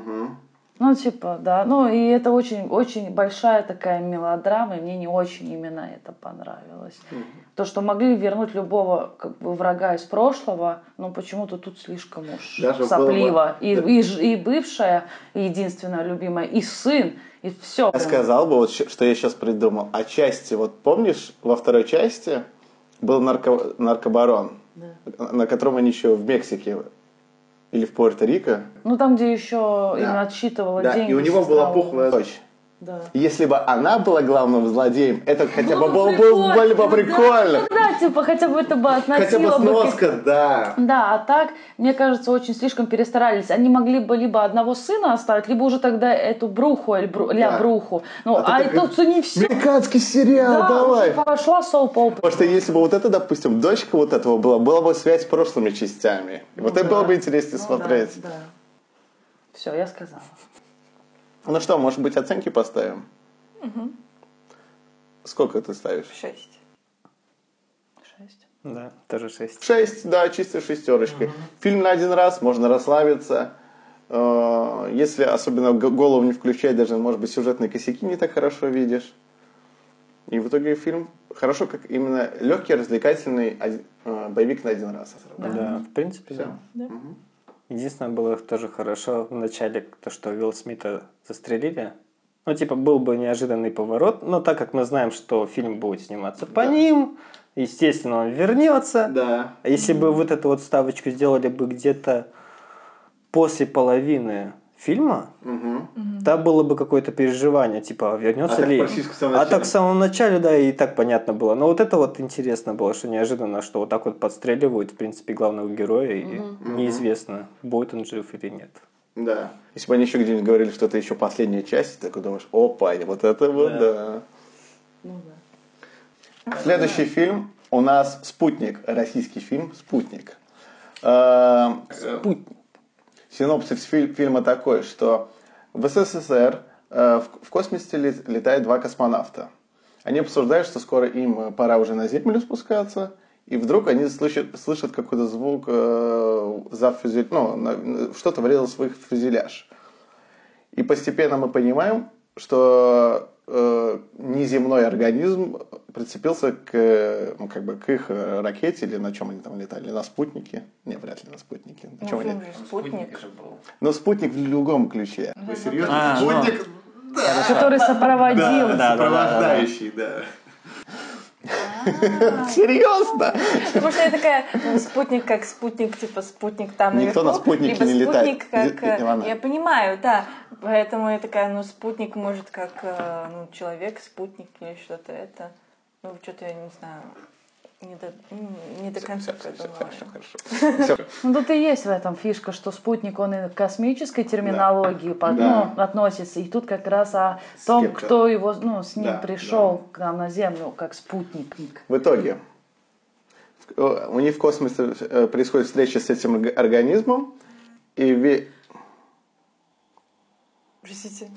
Speaker 3: И это очень большая такая мелодрама, и мне не очень именно это понравилось. То, что могли вернуть любого врага из прошлого, но почему-то тут слишком уж даже сопливо. И бывшая, и единственная любимая, и сын, и все.
Speaker 2: Я сказал бы, что я сейчас придумал. Отчасти, помнишь, во второй части был наркобарон, на котором они еще в Мексике или в Пуэрто-Рико.
Speaker 3: Там, где еще им отсчитывала деньги.
Speaker 2: И у него была пухлая дочь.
Speaker 3: Да.
Speaker 2: Если бы она была главным злодеем, это хотя бы было бы прикольно.
Speaker 3: типа, хотя бы это бы
Speaker 2: Хотя бы
Speaker 3: относило бы...
Speaker 2: сноска, да.
Speaker 3: Да, а так, мне кажется, очень слишком перестарались. Они могли бы либо одного сына оставить, либо уже тогда эту бруху, бруху. Ну, а это не все.
Speaker 2: Американский сериал,
Speaker 3: Да,
Speaker 2: давай.
Speaker 3: уже пошла соуп-опера.
Speaker 2: Потому что если бы вот это, допустим, дочка вот этого была бы связь с прошлыми частями. И вот это было бы интереснее смотреть.
Speaker 3: Да. Все, я сказала.
Speaker 2: Ну что, может быть, оценки поставим? Сколько ты ставишь?
Speaker 4: 6.
Speaker 1: Да, тоже 6.
Speaker 2: 6, да, чистая шестерочка. Фильм на один раз, можно расслабиться. Если особенно голову не включать, даже, может быть, сюжетные косяки не так хорошо видишь. И в итоге фильм хорошо, как именно легкий, развлекательный боевик на один раз.
Speaker 1: Да, в принципе,
Speaker 2: Всё.
Speaker 1: да. Единственное, было тоже хорошо в начале, то, что Уилла Смита застрелили. Ну, типа, был бы неожиданный поворот, но так как мы знаем, что фильм будет сниматься по ним, естественно, он вернется.
Speaker 2: Да.
Speaker 1: А если бы вот эту вот ставочку сделали бы где-то после половины фильма, там было бы какое-то переживание, типа, вернется ли... А так в самом начале, да, и так понятно было. Но вот это вот интересно было, что неожиданно, что вот так вот подстреливают, в принципе, главного героя, и неизвестно, будет он жив или нет.
Speaker 2: Да. Если бы они еще где-нибудь говорили, что это еще последняя часть, ты такой думаешь, опа, вот это вот, да. Следующий фильм у нас «Спутник», российский фильм «Спутник». Синопсис фильма такой, что в СССР в космосе летают два космонавта. Они обсуждают, что скоро им пора уже на Землю спускаться, и вдруг они слышат какой-то звук что-то врезалось в их фюзеляж. И постепенно мы понимаем, что неземной организм прицепился к их ракете, или на чем они там летали, на спутнике. Не, вряд ли на спутнике. На чем они?
Speaker 4: Спутник.
Speaker 2: Но спутник в другом ключе. Вы серьезно?
Speaker 1: Спутник?
Speaker 3: Который сопроводил.
Speaker 2: Сопровождающий, да. Серьезно?
Speaker 4: Потому что я такая, спутник как спутник, типа спутник там
Speaker 2: Никто
Speaker 4: наверху.
Speaker 2: на спутнике
Speaker 4: либо
Speaker 2: не летает.
Speaker 4: Спутник как... Я понимаю, да. Поэтому я такая, спутник может как человек, спутник или что-то это. Что-то я не знаю. Не до конца продумала.
Speaker 2: Хорошо.
Speaker 3: Ну, тут и есть в этом фишка, что спутник, он и к космической терминологии относится. И тут как раз о том, кто его, с ним пришел к нам на Землю, как спутник.
Speaker 2: В итоге, у них в космосе происходит встреча с этим организмом,
Speaker 4: Простите.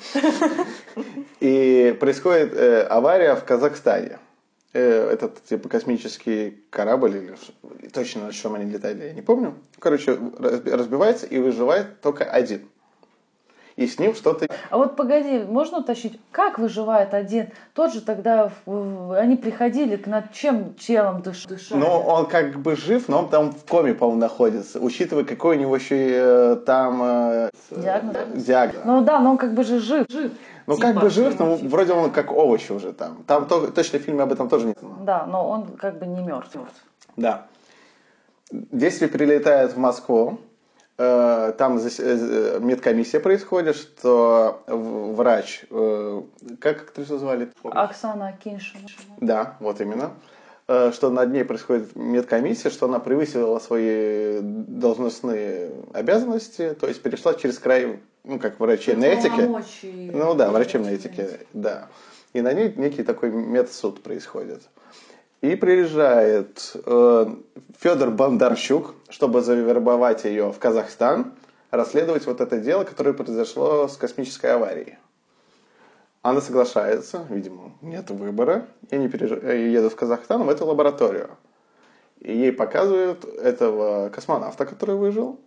Speaker 2: И происходит авария в Казахстане. Этот типа космический корабль, или точно на чем они летали, я не помню. Короче, разбивается и выживает только один. И с ним что-то...
Speaker 3: А вот погоди, можно уточнить, как выживает один? Тот же тогда, они приходили, над чем телом дышали?
Speaker 2: Ну, он как бы жив, но он там в коме, по-моему, находится. Учитывая, какой у него еще там...
Speaker 3: Диагноз. Ну да, но он как бы же жив.
Speaker 2: Ну, как бы жив, но вроде он как овощ уже там. Там точно в фильме об этом тоже не знаю.
Speaker 3: Да, но он как бы не мертв. Да.
Speaker 2: Действие прилетает в Москву. Там медкомиссия происходит, что врач, как актрису звали?
Speaker 3: Оксана Акиньшина.
Speaker 2: Да, вот именно. Что над ней происходит медкомиссия, что она превысила свои должностные обязанности, то есть перешла через край, как врачебной этики. Ну да, врачебной этики, да. И на ней некий такой медсуд происходит. И приезжает Федор Бондарчук, чтобы завербовать ее в Казахстан, расследовать вот это дело, которое произошло с космической аварией. Она соглашается, видимо, нет выбора, и они едут в Казахстан, в эту лабораторию. И ей показывают этого космонавта, который выжил.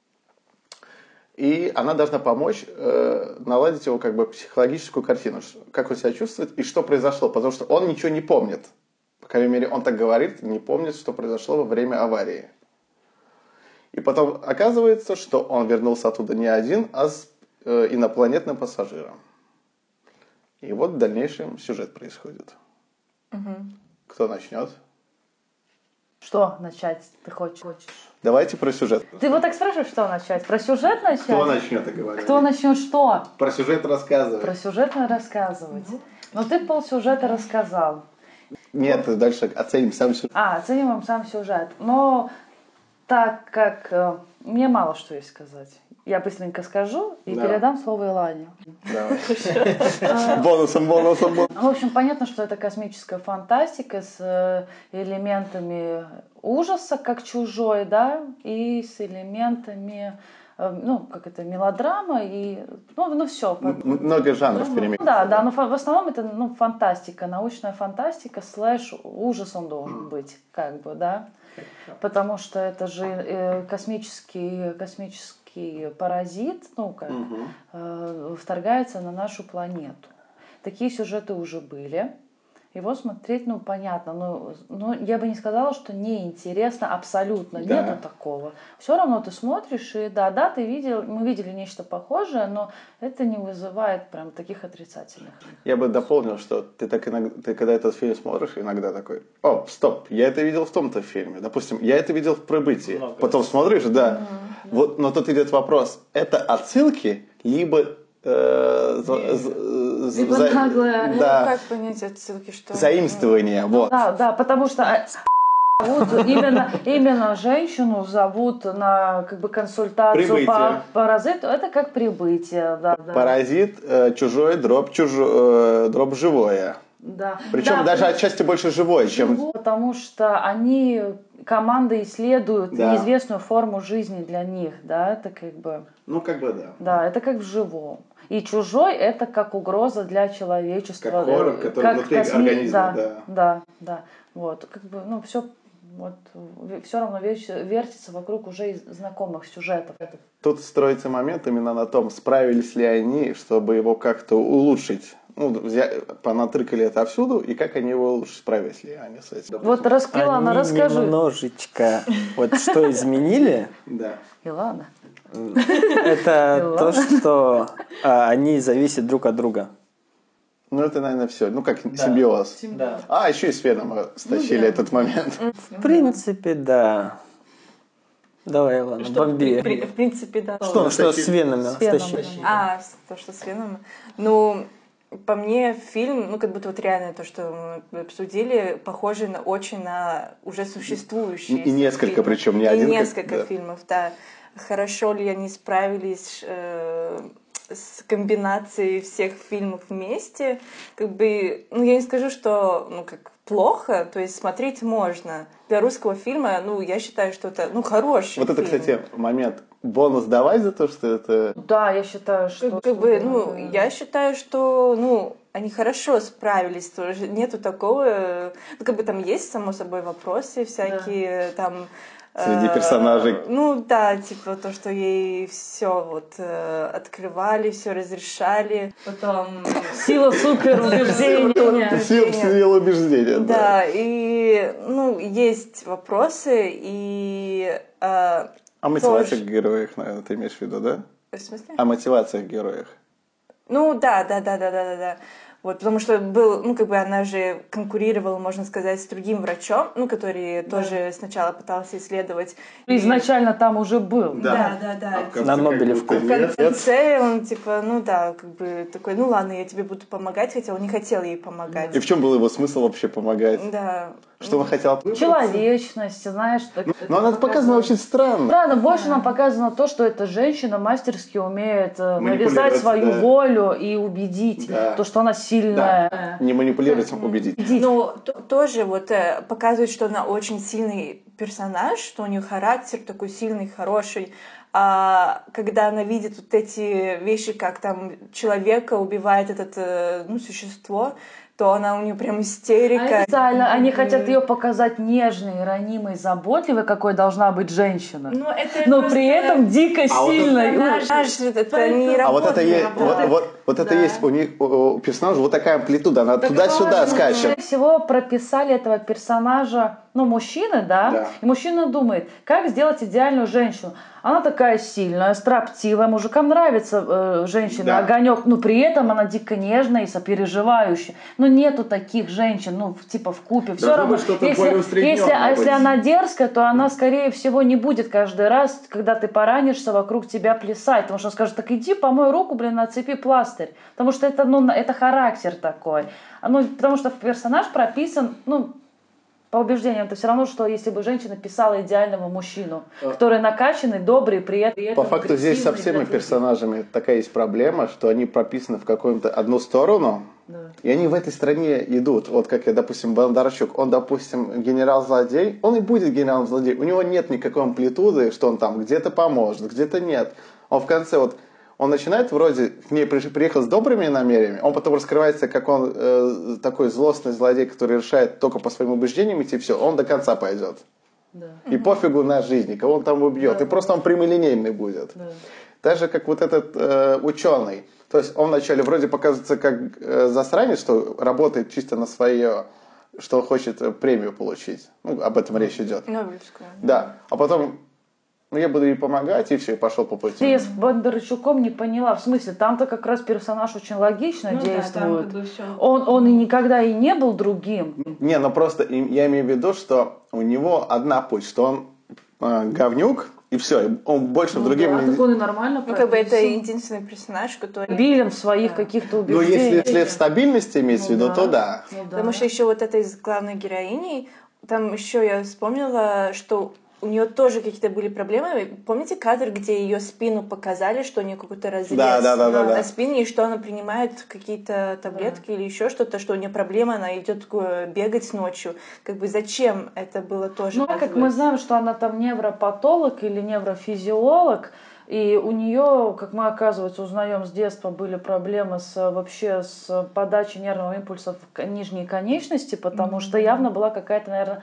Speaker 2: И она должна помочь наладить его как бы психологическую картину, как он себя чувствует и что произошло, потому что он ничего не помнит. По крайней мере, он так говорит, не помнит, что произошло во время аварии. И потом оказывается, что он вернулся оттуда не один, а с инопланетным пассажиром. И вот в дальнейшем сюжет происходит.
Speaker 4: Угу.
Speaker 2: Кто начнет?
Speaker 3: Что начать ты хочешь?
Speaker 2: Давайте про сюжет.
Speaker 3: Ты вот так спрашиваешь, что начать? Про сюжет начать?
Speaker 2: Кто начнет, я говорю.
Speaker 3: Кто начнет что?
Speaker 2: Про сюжет рассказывать.
Speaker 3: Про сюжет рассказывать. Ну ты полсюжета рассказал.
Speaker 2: Нет, дальше оценим сам сюжет.
Speaker 3: Оцениваем сам сюжет. Но так как мне мало что есть сказать, я быстренько скажу и передам слово Илане.
Speaker 2: Давай. Бонусом.
Speaker 3: В общем, понятно, что это космическая фантастика с элементами ужаса, как «Чужой», да, и с элементами, мелодрама и, все.
Speaker 2: Много жанров перемешано.
Speaker 3: Да, но в основном это, фантастика, научная фантастика, ужас он должен быть, как бы, да. Потому что это же космический паразит, вторгается на нашу планету. Такие сюжеты уже были. Его смотреть, понятно, но я бы не сказала, что неинтересно абсолютно, нету такого. Все равно ты смотришь, и мы видели нечто похожее, но это не вызывает прям таких отрицательных.
Speaker 2: Я бы дополнил, что ты когда этот фильм смотришь, иногда такой: стоп, я это видел в том-то фильме. Допустим, я это видел в «Прибытии». Потом смотришь, вот, но тут идет вопрос: это отсылки, либо
Speaker 3: наглое.
Speaker 4: Как понять отсылки, что?
Speaker 2: Заимствование, вот.
Speaker 3: Да, потому что именно женщину зовут на консультацию по паразиту. Это как «Прибытие». Да.
Speaker 2: Паразит, чужой, дробь живое.
Speaker 3: Да.
Speaker 2: Причем даже отчасти больше живое, чем...
Speaker 3: Потому что команда исследует неизвестную форму жизни для них, да, это да. Да, это как в живом. И «Чужой» это как угроза для человечества.
Speaker 2: Как хоррор, который внутри организма,
Speaker 3: да. Вот, все равно вертится вокруг уже знакомых сюжетов.
Speaker 2: Тут строится момент именно на том, справились ли они, чтобы его как-то улучшить. Понатрыкали это всюду, и как они его улучшить, справились ли они с этим.
Speaker 3: Илана, расскажи.
Speaker 1: Немножечко что изменили.
Speaker 2: Да.
Speaker 3: Илана.
Speaker 1: Это то, что они зависят друг от друга.
Speaker 2: Это, наверное, все. Как симбиоз. Да. Еще и с Венома стащили этот момент.
Speaker 1: В принципе, да. Давай, Илана, бомби.
Speaker 4: В принципе, да.
Speaker 1: Что с Веномом стащили?
Speaker 4: То, что с Веномом. По мне, фильм, как будто реально то, что мы обсудили, похоже очень на уже существующие
Speaker 2: И несколько,
Speaker 4: фильмы.
Speaker 2: причем не один.
Speaker 4: И несколько фильмов, да. Хорошо ли они справились с комбинацией всех фильмов вместе? Я не скажу, что, плохо, то есть смотреть можно. Для русского фильма, я считаю, что это, хороший фильм.
Speaker 2: Вот это, кстати, момент. Бонус давай за то, что это...
Speaker 3: Да, я считаю, что...
Speaker 4: Я считаю, что, они хорошо справились тоже. Нету такого... там есть, само собой, вопросы всякие, там...
Speaker 2: Среди персонажей.
Speaker 4: То, что ей все открывали, все разрешали. Потом...
Speaker 3: Сила суперубеждения.
Speaker 2: Сила убеждения,
Speaker 4: да. И, есть вопросы, и...
Speaker 2: О мотивациях героев, наверное, ты имеешь в виду, да?
Speaker 4: В смысле?
Speaker 2: О мотивациях героев.
Speaker 4: Да. Потому что она же конкурировала, можно сказать, с другим врачом, который тоже сначала пытался исследовать.
Speaker 3: Изначально там уже был.
Speaker 4: Да.
Speaker 1: На Нобелевку.
Speaker 4: В конце он такой, ладно, я тебе буду помогать, хотя он не хотел ей помогать.
Speaker 2: И в чем был его смысл вообще помогать?
Speaker 4: Да.
Speaker 2: Что он хотел?
Speaker 3: Человечность, знаешь.
Speaker 2: Но она показана очень странно.
Speaker 3: Да, но больше нам показано то, что эта женщина мастерски умеет навязать свою волю и убедить. То, что она сильная.
Speaker 2: Да. Не манипулировать, убедить.
Speaker 4: Тоже показывает, что она очень сильный персонаж, что у нее характер такой сильный, хороший. А когда она видит эти вещи, как там человека убивает это существо, то она у нее прям истерика.
Speaker 3: Они хотят ее показать нежной, ранимой, заботливой, какой должна быть женщина. Но при этом дико сильной.
Speaker 4: Это не работает.
Speaker 2: Вот это есть у них, у персонажа такая амплитуда, она туда-сюда скачет.
Speaker 3: Скорее всего, прописали этого персонажа, мужчины, да? И мужчина думает, как сделать идеальную женщину. Она такая сильная, строптивая, мужикам нравится женщина, огонек, но при этом она дико нежная и сопереживающая. нету таких женщин, ну, типа в купе. Все равно, если она дерзкая, то она, скорее всего, не будет каждый раз, когда ты поранишься, вокруг тебя плясать. Потому что он скажет, так иди, помой руку, нацепи пластырь. Потому что это характер такой. Потому что персонаж прописан, по убеждениям, это все равно, что если бы женщина писала идеального мужчину, который накачанный, добрый, при этом...
Speaker 2: По факту здесь со всеми персонажами такая есть проблема, что они прописаны в какую-то одну сторону, и они в этой стране идут. Вот как, допустим, Бондарчук, он, допустим, генерал-злодей, он и будет генерал-злодей. У него нет никакой амплитуды, что он там где-то поможет, где-то нет. Он в конце он начинает вроде, к ней приехал с добрыми намерениями, он потом раскрывается, как он такой злостный злодей, который решает только по своим убеждениям идти, все, он до конца пойдет. Да. И пофигу на жизнь, кого он там убьет. Да. И просто он прямолинейный будет. Да. Так же, как вот этот ученый. То есть он вначале вроде показывается как засранец, что работает чисто на свое, что хочет премию получить. Об этом речь идет.
Speaker 4: Нобелевскую.
Speaker 2: Да. А потом... я буду ей помогать, и все, и пошел по пути.
Speaker 3: Я с Бондарчуком не поняла. В смысле, там-то как раз персонаж очень логично действует. Да, он и никогда и не был другим.
Speaker 2: Не, просто я имею в виду, что у него одна путь, что он говнюк, и все, он больше другим
Speaker 3: не... он и нормально
Speaker 4: это единственный персонаж, который...
Speaker 3: Билен в своих каких-то убеждениях.
Speaker 2: Но если в стабильности имеется в виду, то да.
Speaker 4: Потому что еще вот этой из главной героини, там еще я вспомнила, что у нее тоже какие-то были проблемы. Помните кадр, где ее спину показали, что у нее какой-то разрез на спине, и что она принимает какие-то таблетки или еще что-то, что у нее проблема, она идет бегать ночью. Зачем это было тоже?
Speaker 3: Как мы знаем, что она там невропатолог или неврофизиолог, и у нее, как мы, оказывается, узнаем с детства, были проблемы с подачей нервного импульса в нижней конечности, потому что явно была какая-то, наверное,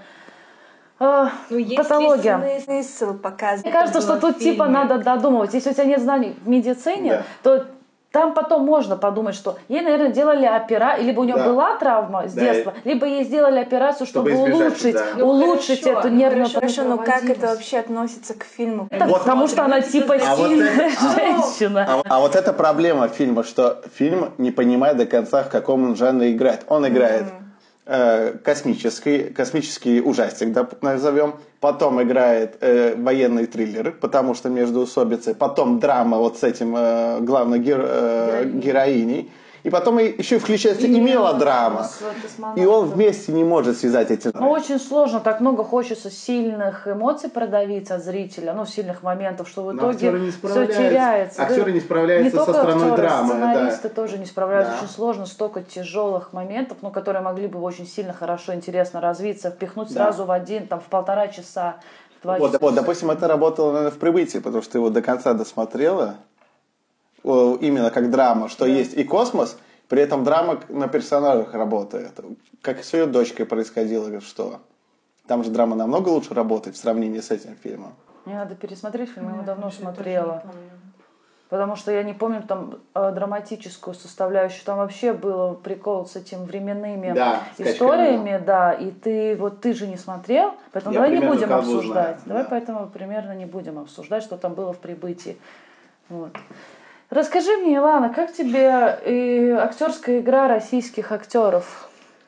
Speaker 3: патология.
Speaker 4: Смысл показывать.
Speaker 3: Мне кажется, что тут типа надо додумывать. Если у тебя нет знаний в медицине, то там потом можно подумать, что ей, наверное, делали операцию, либо у нее была травма с детства, либо ей сделали операцию, чтобы улучшить эту нервную
Speaker 4: Хорошо, но как это вообще относится к фильму?
Speaker 3: Потому что она типа сильная женщина.
Speaker 2: А вот эта проблема фильма, что фильм не понимает до конца, в каком он жанре играет. Он играет космический ужастик, назовем. Потом играет военный триллер, потому что междоусобицы. Потом драма вот с этим главной героиней. И потом еще включается и мелодрама. И он вместе не может связать эти...
Speaker 3: очень сложно, так много хочется сильных эмоций продавиться от зрителя, сильных моментов, что в итоге все теряется.
Speaker 2: Актеры не справляются со стороной драмы.
Speaker 3: Сценаристы тоже не справляются. Очень сложно, столько тяжелых моментов, которые могли бы очень сильно, хорошо, интересно развиться, впихнуть сразу в в 1,5 часа, в 2 часа.
Speaker 2: Вот, допустим, это работало, наверное, в «Прибытии», потому что ты его до конца досмотрела. Именно как драма, что есть и космос, при этом драма на персонажах работает. Как с ее дочкой происходило, что там же драма намного лучше работает в сравнении с этим фильмом.
Speaker 3: Мне надо пересмотреть фильм, я его давно смотрела. Потому что я не помню там драматическую составляющую. Там вообще был прикол с этими временными историями, и ты же не смотрел, поэтому давай не будем обсуждать. Давай поэтому примерно не будем обсуждать, что там было в «Прибытии». Вот. Расскажи мне, Илана, как тебе актерская игра российских актеров?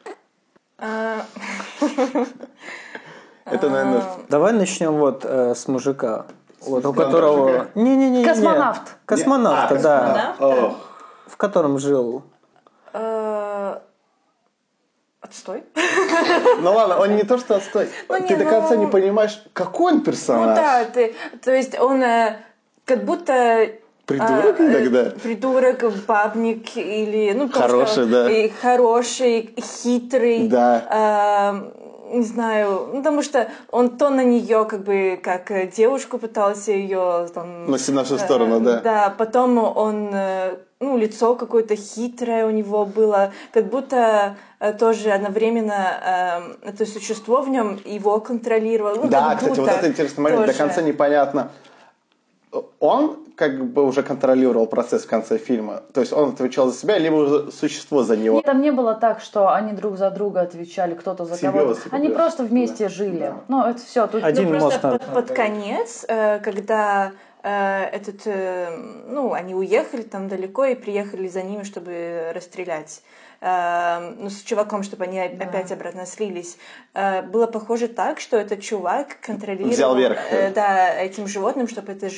Speaker 2: Это, наверное...
Speaker 1: Давай начнем с мужика, у которого...
Speaker 3: Космонавт.
Speaker 1: Космонавта, да. В котором жил...
Speaker 4: Отстой.
Speaker 2: Ну ладно, он не то что отстой. Ты до конца не понимаешь, какой он персонаж.
Speaker 4: То есть он как будто...
Speaker 2: Придурок иногда.
Speaker 4: Придурок, бабник или...
Speaker 2: хороший, да.
Speaker 4: И хороший, хитрый.
Speaker 2: Да.
Speaker 4: Не знаю, потому что он то на нее как девушку пытался ее...
Speaker 2: На нашу сторону, да.
Speaker 4: Да, потом он... лицо какое-то хитрое у него было, как будто тоже одновременно это существо в нем его контролировало.
Speaker 2: Да, кстати, вот это интересный момент, до конца непонятно. Он уже контролировал процесс в конце фильма. То есть он отвечал за себя, либо уже существо за него.
Speaker 3: Там не было так, что они друг за друга отвечали, кто-то за кого-то. Они просто вместе жили. Да. Это все. Тут
Speaker 1: один мост
Speaker 4: под конец, когда они уехали там далеко и приехали за ними, чтобы расстрелять с чуваком, чтобы они опять обратно слились, было похоже так, что этот чувак контролировал
Speaker 2: взял верх.
Speaker 4: Этим животным, чтобы это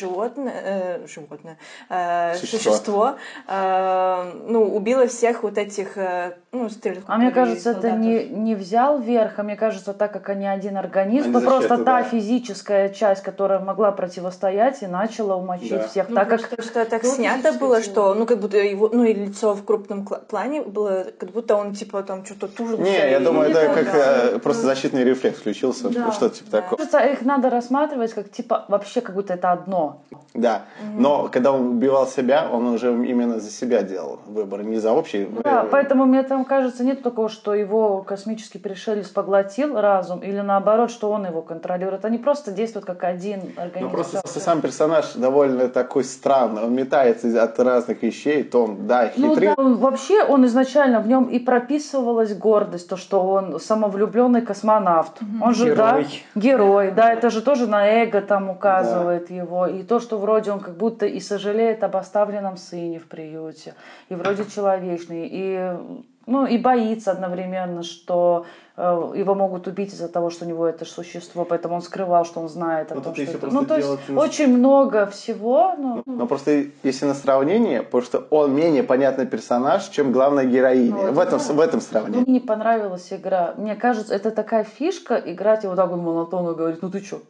Speaker 4: существо убило всех вот этих стрелков.
Speaker 3: А мне кажется, это не взял верх, а мне кажется, так как они один организм, то просто та физическая часть, которая могла противостоять, и начала умочить всех. Так как
Speaker 4: что так снято было, что как будто его и лицо в крупном плане было, как будто он типа там что-то тужился.
Speaker 2: Не, я думаю, это как просто защитный рефлекс включился, что-то типа такого.
Speaker 3: Кажется, их надо рассматривать как типа вообще как будто это одно.
Speaker 2: Да, но когда он убивал себя, он уже именно за себя делал выбор, не за общий.
Speaker 3: Да, поэтому мне там кажется, нет такого, что его космический пришелец поглотил разум, или наоборот, что он его контролирует. Они просто действуют как один организм.
Speaker 2: Ну просто сам персонаж довольно такой странный, он метается от разных вещей, то он, хитрый.
Speaker 3: Вообще он изначально, в нем и прописывалась гордость, то, что он самовлюбленный космонавт. Он же, герой, это же тоже на эго там указывает его. И то, что вроде он как будто и сожалеет об оставленном сыне в приюте, и вроде человечный, и боится одновременно, что его могут убить из-за того, что у него это существо, поэтому он скрывал, что он знает о том, что это. То есть очень много всего.
Speaker 2: Но просто если на сравнение, потому что он менее понятный персонаж, чем главная героиня. В этом сравнении.
Speaker 3: Мне не понравилась игра. Мне кажется, это такая фишка, играть его так монотонно говорить, ты чё?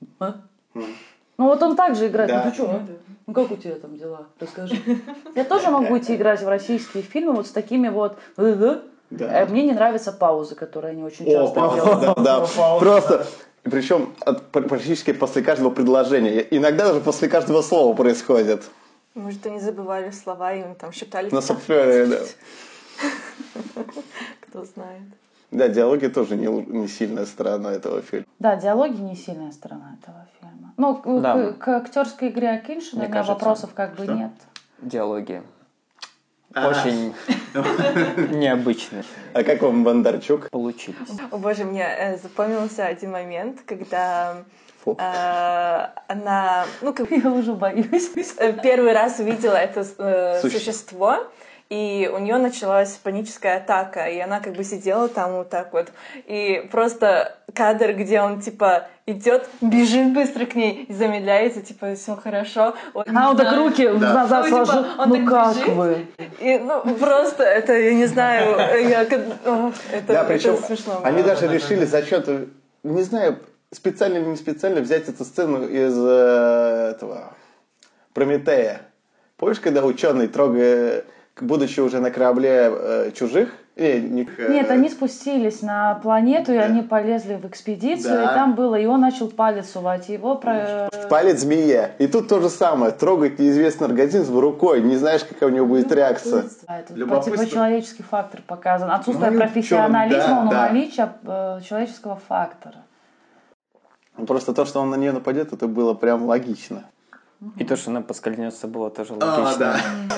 Speaker 3: Он также играет, ты чё? Как у тебя там дела? Расскажи. Я тоже могу идти играть в российские фильмы с такими Мне не нравятся паузы, которые они очень часто делают.
Speaker 2: Просто. Причем практически после каждого предложения. Иногда даже после каждого слова происходит.
Speaker 4: Может, они забывали слова, и им там шептали.
Speaker 2: На сапфере, да.
Speaker 4: Кто знает.
Speaker 2: Да, диалоги тоже не сильная сторона этого фильма.
Speaker 3: Да, диалоги не сильная сторона этого фильма. К актерской игре Акиньшина у меня вопросов нет.
Speaker 1: Диалоги очень необычные.
Speaker 2: А как вам Бондарчук?
Speaker 1: Получились.
Speaker 4: О боже, мне запомнился один момент, когда она,
Speaker 3: я уже боюсь,
Speaker 4: первый раз увидела это существо. И у нее началась паническая атака, и она сидела там вот так вот. И просто кадр, где он идет, бежит быстро к ней и замедляется, все хорошо.
Speaker 3: Он так руки назад сложил. Как
Speaker 4: бежит,
Speaker 3: вы?
Speaker 4: И, просто это, я не знаю, это смешно.
Speaker 2: Они даже решили за счет, не знаю, специально или не специально взять эту сцену из этого Прометея. Помнишь, когда ученый трогает, будучи уже на корабле чужих?
Speaker 3: Нет, они спустились на планету, и они полезли в экспедицию, и там было, и он начал палец сувать, его
Speaker 2: палец змее. И тут то же самое, трогать неизвестный организм рукой, не знаешь, какая у него будет реакция.
Speaker 3: Это человеческий фактор показан. Отсутствие профессионализма, но наличие человеческого фактора.
Speaker 2: Просто то, что он на нее нападет, это было прям логично.
Speaker 1: И то, что она поскользнется, было тоже логично.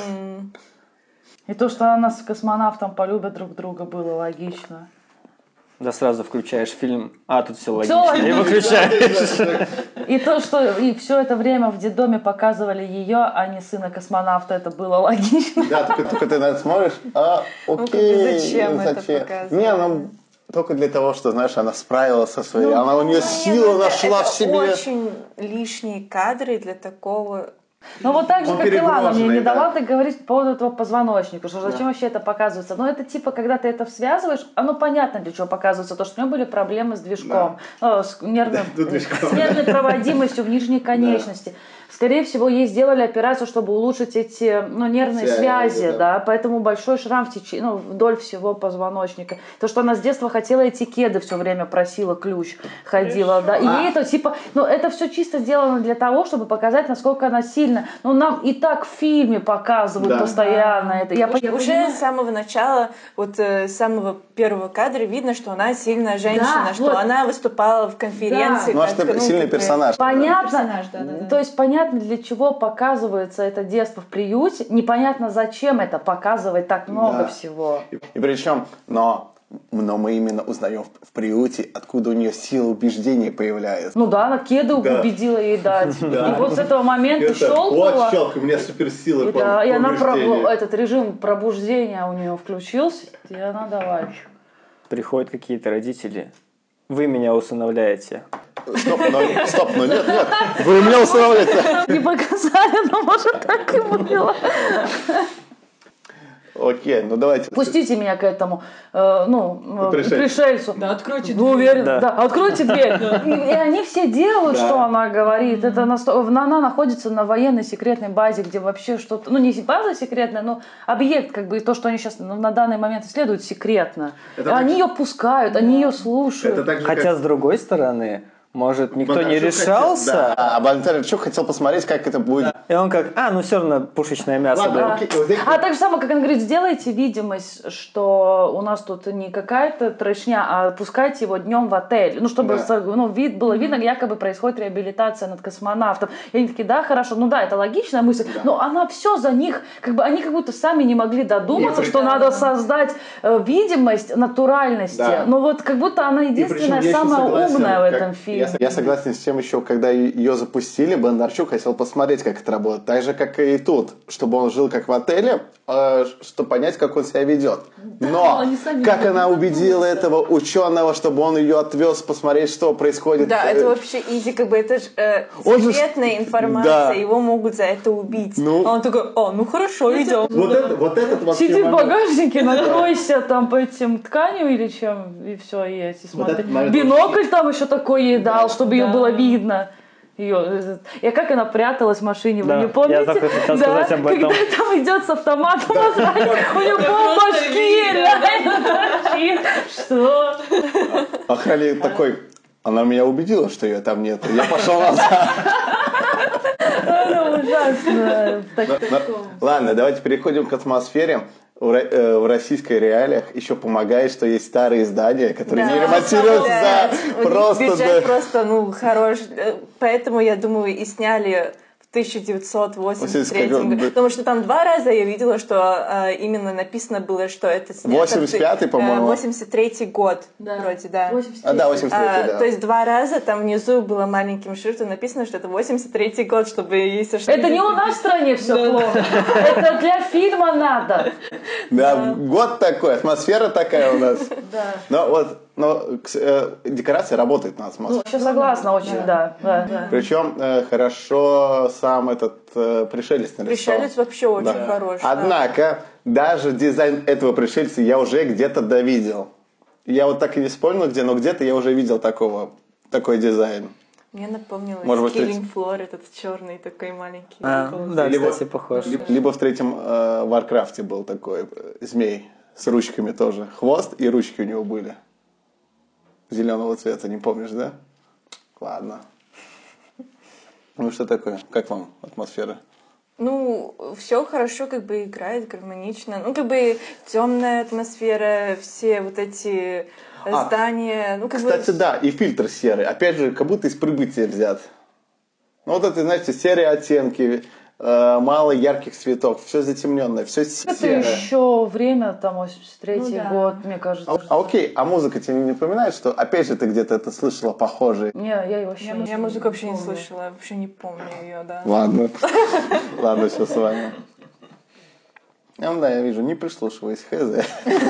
Speaker 3: И то, что она с космонавтом полюбят друг друга, было логично.
Speaker 1: Да сразу включаешь фильм, тут все логично, и выключаешь.
Speaker 3: И то, что и все это время в детдоме показывали ее, а не сына космонавта, это было логично.
Speaker 2: Да, только ты на это смотришь, окей.
Speaker 4: Зачем это показывать?
Speaker 2: Только для того, что, знаешь, она справилась со своей, у нее силу нашла в себе.
Speaker 4: Это очень лишние кадры для такого.
Speaker 3: Ну так же, как и Лана мне не дала так говорить по поводу этого позвоночника, что зачем вообще это показывается. Но это когда ты это связываешь, оно понятно, для чего показывается, то, что у него были проблемы с движком, с нервной проводимостью в нижней конечности. Скорее всего, ей сделали операцию, чтобы улучшить эти нервные связи, поэтому большой шрам вдоль всего позвоночника. То, что она с детства хотела эти кеды, все время просила ключ, ходила, и ей это это все чисто сделано для того, чтобы показать, насколько она сильна. Но нам и так в фильме показывают постоянно это.
Speaker 4: Уже с самого начала, с самого первого кадра видно, что она сильная женщина, что она выступала в конференции.
Speaker 2: Это сильный персонаж.
Speaker 3: Понятно, то есть понятно, для чего показывается это детство в приюте, непонятно, зачем это показывать так много всего.
Speaker 2: И причем, Но мы именно узнаем в приюте, откуда у нее сила убеждения появляется.
Speaker 3: Ну да, она кеды убедила ей дать. И вот с этого момента щелкнула.
Speaker 2: Вот щелк, у меня суперсила.
Speaker 3: Да, и она этот режим пробуждения у нее включился, и она давай.
Speaker 1: Приходят какие-то родители. Вы меня усыновляете.
Speaker 2: Стоп, но нет. Вы меня усыновляете.
Speaker 3: Не показали, но может так и было.
Speaker 2: Окей, ну давайте.
Speaker 3: Пустите меня к этому, пришельцу.
Speaker 4: Да, откройте
Speaker 3: дверь. Уверен, да, откройте дверь. И они все делают, что она говорит. Это она находится на военной секретной базе, где вообще что-то, не база секретная, но объект, как бы, и то, что они сейчас на данный момент исследуют, секретно. Они ее пускают, они ее слушают.
Speaker 1: Хотя, с другой стороны, может, никто не решался.
Speaker 2: А Бондарчук хотел посмотреть, как это будет.
Speaker 1: И он как, все равно пушечное мясо.
Speaker 3: А так же самое, как он говорит, сделайте видимость, что у нас тут не какая-то трешня, а пускайте его днем в отель. Чтобы было видно, якобы происходит реабилитация над космонавтом. И они такие, да, хорошо, это логичная мысль, но она все за них, они как будто сами не могли додуматься, что надо создать видимость натуральности. Но как будто она единственная, самая умная в этом фильме.
Speaker 2: Я согласен с тем еще, когда ее запустили, Бондарчук хотел посмотреть, как это работает. Так же, как и тут. Чтобы он жил как в отеле, чтобы понять, как он себя ведет. Но как она убедила этого ученого, чтобы он ее отвез посмотреть, что происходит.
Speaker 4: Да, это вообще изи, это же секретная информация, его могут за это убить. А он такой, хорошо, идем.
Speaker 2: Вот этот вообще
Speaker 3: сиди в багажнике, накройся там по этим тканью или чем, и все, есть. Бинокль там еще такой ей дал, чтобы ее было видно. И как она пряталась в машине, вы не помните?
Speaker 1: Я только хотел сказать об этом.
Speaker 3: Когда там идет с автоматом, у нее полбашки реально. Что?
Speaker 2: Охранник такой, она меня убедила, что ее там нет. Я пошел назад.
Speaker 3: Ужасно.
Speaker 2: Ладно, давайте переходим к атмосфере. В российской реалиях еще помогает, что есть старые здания, которые не ремонтируются.
Speaker 4: Бюджет просто хорош. Поэтому, я думаю, и сняли в 1983 году. Потому что там 2 раза я видела, что именно написано было, что это снято.
Speaker 2: 85-й, по-моему.
Speaker 4: 83-й год, вроде, да.
Speaker 2: 83-й, да.
Speaker 4: То есть 2 раза там внизу было маленьким шрифтом написано, что это 83-й год, чтобы если что...
Speaker 3: Это не у нас в стране все плохо. Это для фильма надо.
Speaker 2: Да, год такой, атмосфера такая у нас.
Speaker 3: Да.
Speaker 2: Но декорация работает на атмосферу.
Speaker 3: Еще согласна очень, да.
Speaker 2: Причем хорошо сам этот пришелец нарисован.
Speaker 4: Пришелец вообще очень хорош.
Speaker 2: Однако, даже дизайн этого пришельца я уже где-то довидел. Я вот так и не вспомнил где, но где-то я уже видел такой дизайн.
Speaker 4: Мне напомнилось Killing Floor, этот черный такой маленький.
Speaker 1: Да, кстати, похож.
Speaker 2: Либо в 3-м Варкрафте был такой змей с ручками тоже. Хвост и ручки у него были. Зеленого цвета, не помнишь, да? Ладно. Ну что такое? Как вам атмосфера?
Speaker 4: Все хорошо играет, гармонично. Темная атмосфера, все вот эти здания.
Speaker 2: Кстати, да, и фильтр серый. Опять же, как будто из прибытия взят. Это, знаете, серые оттенки, мало ярких цветов, все затемненное, все серое.
Speaker 3: Это еще время, там, 83-й год, мне кажется.
Speaker 2: Окей, а музыка тебе не напоминает, что, опять же, ты где-то это слышала похожее?
Speaker 3: Не, я его вообще не
Speaker 4: Я музыку вообще не слышала, вообще не помню ее, да.
Speaker 2: Ладно, все с вами. Я вижу, не прислушивайся, хз.